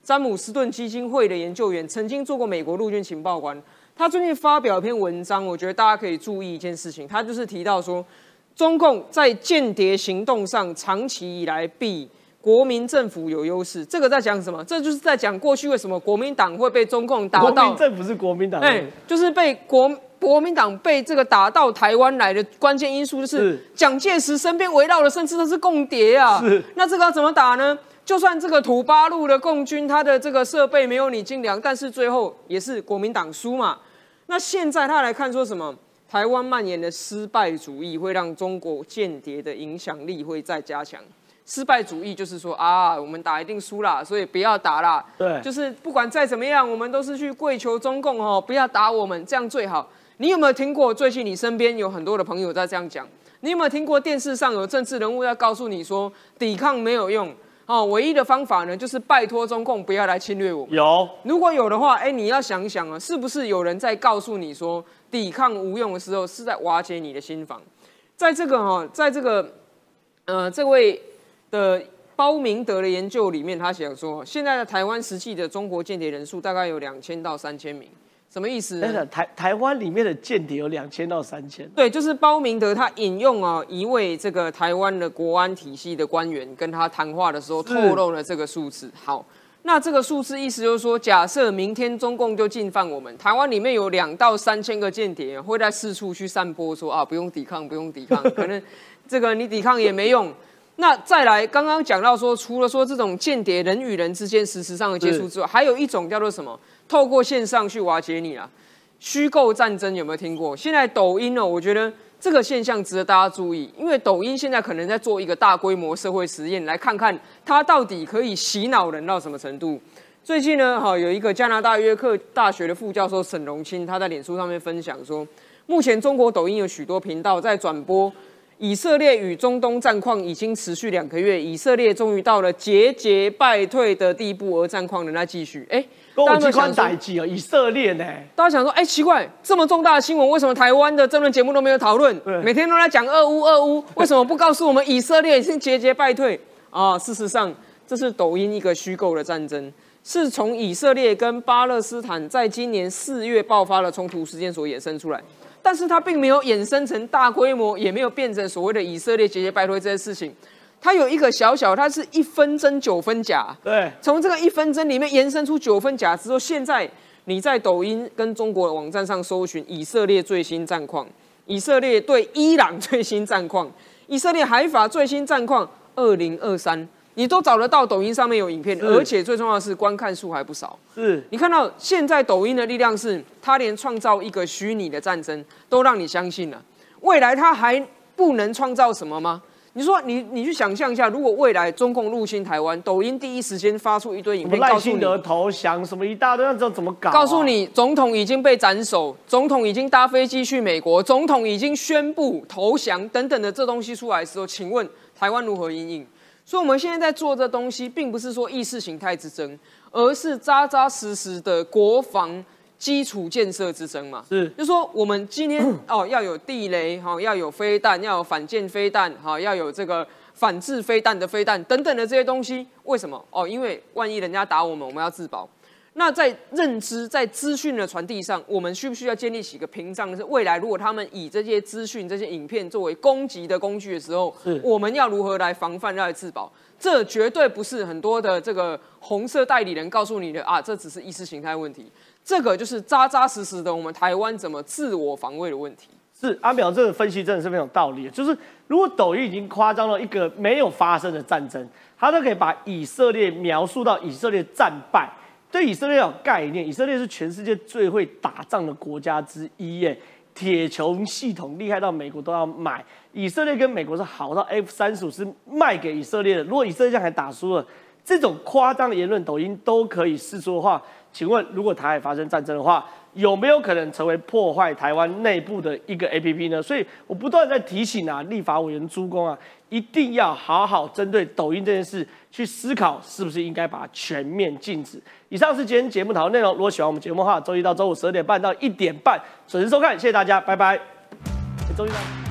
詹姆斯顿基金会的研究员，曾经做过美国陆军情报官。他最近发表一篇文章，我觉得大家可以注意一件事情，他就是提到说，中共在间谍行动上长期以来比国民政府有优势。这个在讲什么？这就是在讲过去为什么国民党会被中共打到。 国民政府是国民党， 哎、欸，就是被国国民党被这个打到台湾来的关键因素，就是蒋介石身边围绕的甚至都是共谍啊。 是， 那这个要怎么打呢？就算这个土八路的共军，他的这个设备没有你精良，但是最后也是国民党输嘛。那现在他来看说什么？台湾蔓延的失败主义会让中国间谍的影响力会再加强。失败主义就是说啊，我们打一定输啦，所以不要打啦。 对， 就是不管再怎么样，我们都是去跪求中共哦，不要打我们，这样最好。你有没有听过？最近你身边有很多的朋友在这样讲。你有没有听过电视上有政治人物要告诉你说，抵抗没有用？哦，唯一的方法呢，就是拜托中共不要来侵略我们。 有， 如果有的话，哎，你要想一想啊，是不是有人在告诉你说，抵抗无用的时候，是在瓦解你的心防？在这个哈、哦，在这个呃，这位的包明德的研究里面，他想说，现在的台湾实际的中国间谍人数大概有两千到三千名。什么意思呢？ 台台湾里面的间谍有两千到三千。 对，就是包明德他引用啊一位这个台湾的国安体系的官员跟他谈话的时候透露了这个数字。好，那这个数字意思就是说，假设明天中共就进犯我们，台湾里面有两到三千个间谍会在四处去散播说啊，不用抵抗，不用抵抗，可能这个你抵抗也没用。那再来，刚刚讲到说，除了说这种间谍人与人之间实质上的接触之外，还有一种叫做什么？透过线上去瓦解你啦，虚构战争有没有听过？现在抖音呢、哦，我觉得这个现象值得大家注意，因为抖音现在可能在做一个大规模社会实验，来看看它到底可以洗脑人到什么程度。最近呢，哈有一个加拿大约克大学的副教授沈荣清，他在脸书上面分享说，目前中国抖音有许多频道在转播以色列与中东战况已经持续两个月，以色列终于到了节节败退的地步，而战况仍在继续。哎。 跟我机关代际哦，以色列呢？ 大家想说，哎、欸，奇怪，这么重大的新闻，为什么台湾的政论节目都没有讨论？每天都在讲俄乌俄乌，为什么不告诉我们以色列已经节节败退啊？事实上，这是抖音一个虚构的战争，是从以色列跟巴勒斯坦在今年四月爆发的冲突事件所衍生出来，但是它并没有衍生成大规模，也没有变成所谓的以色列节节败退这些事情。它有一个小小，它是一分真九分假。 对， 从这个一分真里面延伸出九分假之后，现在你在抖音跟中国的网站上搜寻以色列最新战况，以色列对伊朗最新战况，以色列海法最新战况，二零二三，你都找得到。抖音上面有影片，而且最重要的是观看数还不少。 是你看到现在抖音的力量是，它连创造一个虚拟的战争都让你相信了，未来它还不能创造什么吗？你说你你去想象一下，如果未来中共入侵台湾，抖音第一时间发出一堆影片， 赖清德投降什么一大堆，那这怎么搞、啊？ 告诉你，总统已经被斩首，总统已经搭飞机去美国，总统已经宣布投降等等的这东西出来的时候，请问台湾如何因应？所以我们现在在做这东西，并不是说意识形态之争，而是扎扎实实的国防基础建设之争嘛， 是， 就说我们今天哦要有地雷，哈、哦，要有飞弹，要有反舰飞弹，哈、哦，要有这个反制飞弹的飞弹等等的这些东西，为什么？哦，因为万一人家打我们，我们要自保。那在认知、在资讯的传递上，我们需不需要建立起一个屏障？是未来如果他们以这些资讯、这些影片作为攻击的工具的时候，我们要如何来防范、来自保？这绝对不是很多的这个红色代理人告诉你的啊，这只是意识形态问题。这个就是扎扎实实的我们台湾怎么自我防卫的问题。 是阿淼这个分析真的是非常有道理，就是如果抖音已经夸张了一个没有发生的战争，他都可以把以色列描述到以色列战败。对以色列有概念，以色列是全世界最会打仗的国家之一耶，铁穹系统厉害到美国都要买。以色列跟美国是好到 F 三十五是卖给以色列的，如果以色列这样还打输了，这种夸张的言论，抖音都可以释出的话，请问如果台海发生战争的话，有没有可能成为破坏台湾内部的一个 A P P 呢？所以我不断在提醒啊，立法委员诸公啊，一定要好好针对抖音这件事去思考，是不是应该把它全面禁止。以上是今天节目讨论内容。如果喜欢我们节目的话，周一到周五十二点半到一点半准时收看，谢谢大家，拜拜。周一到。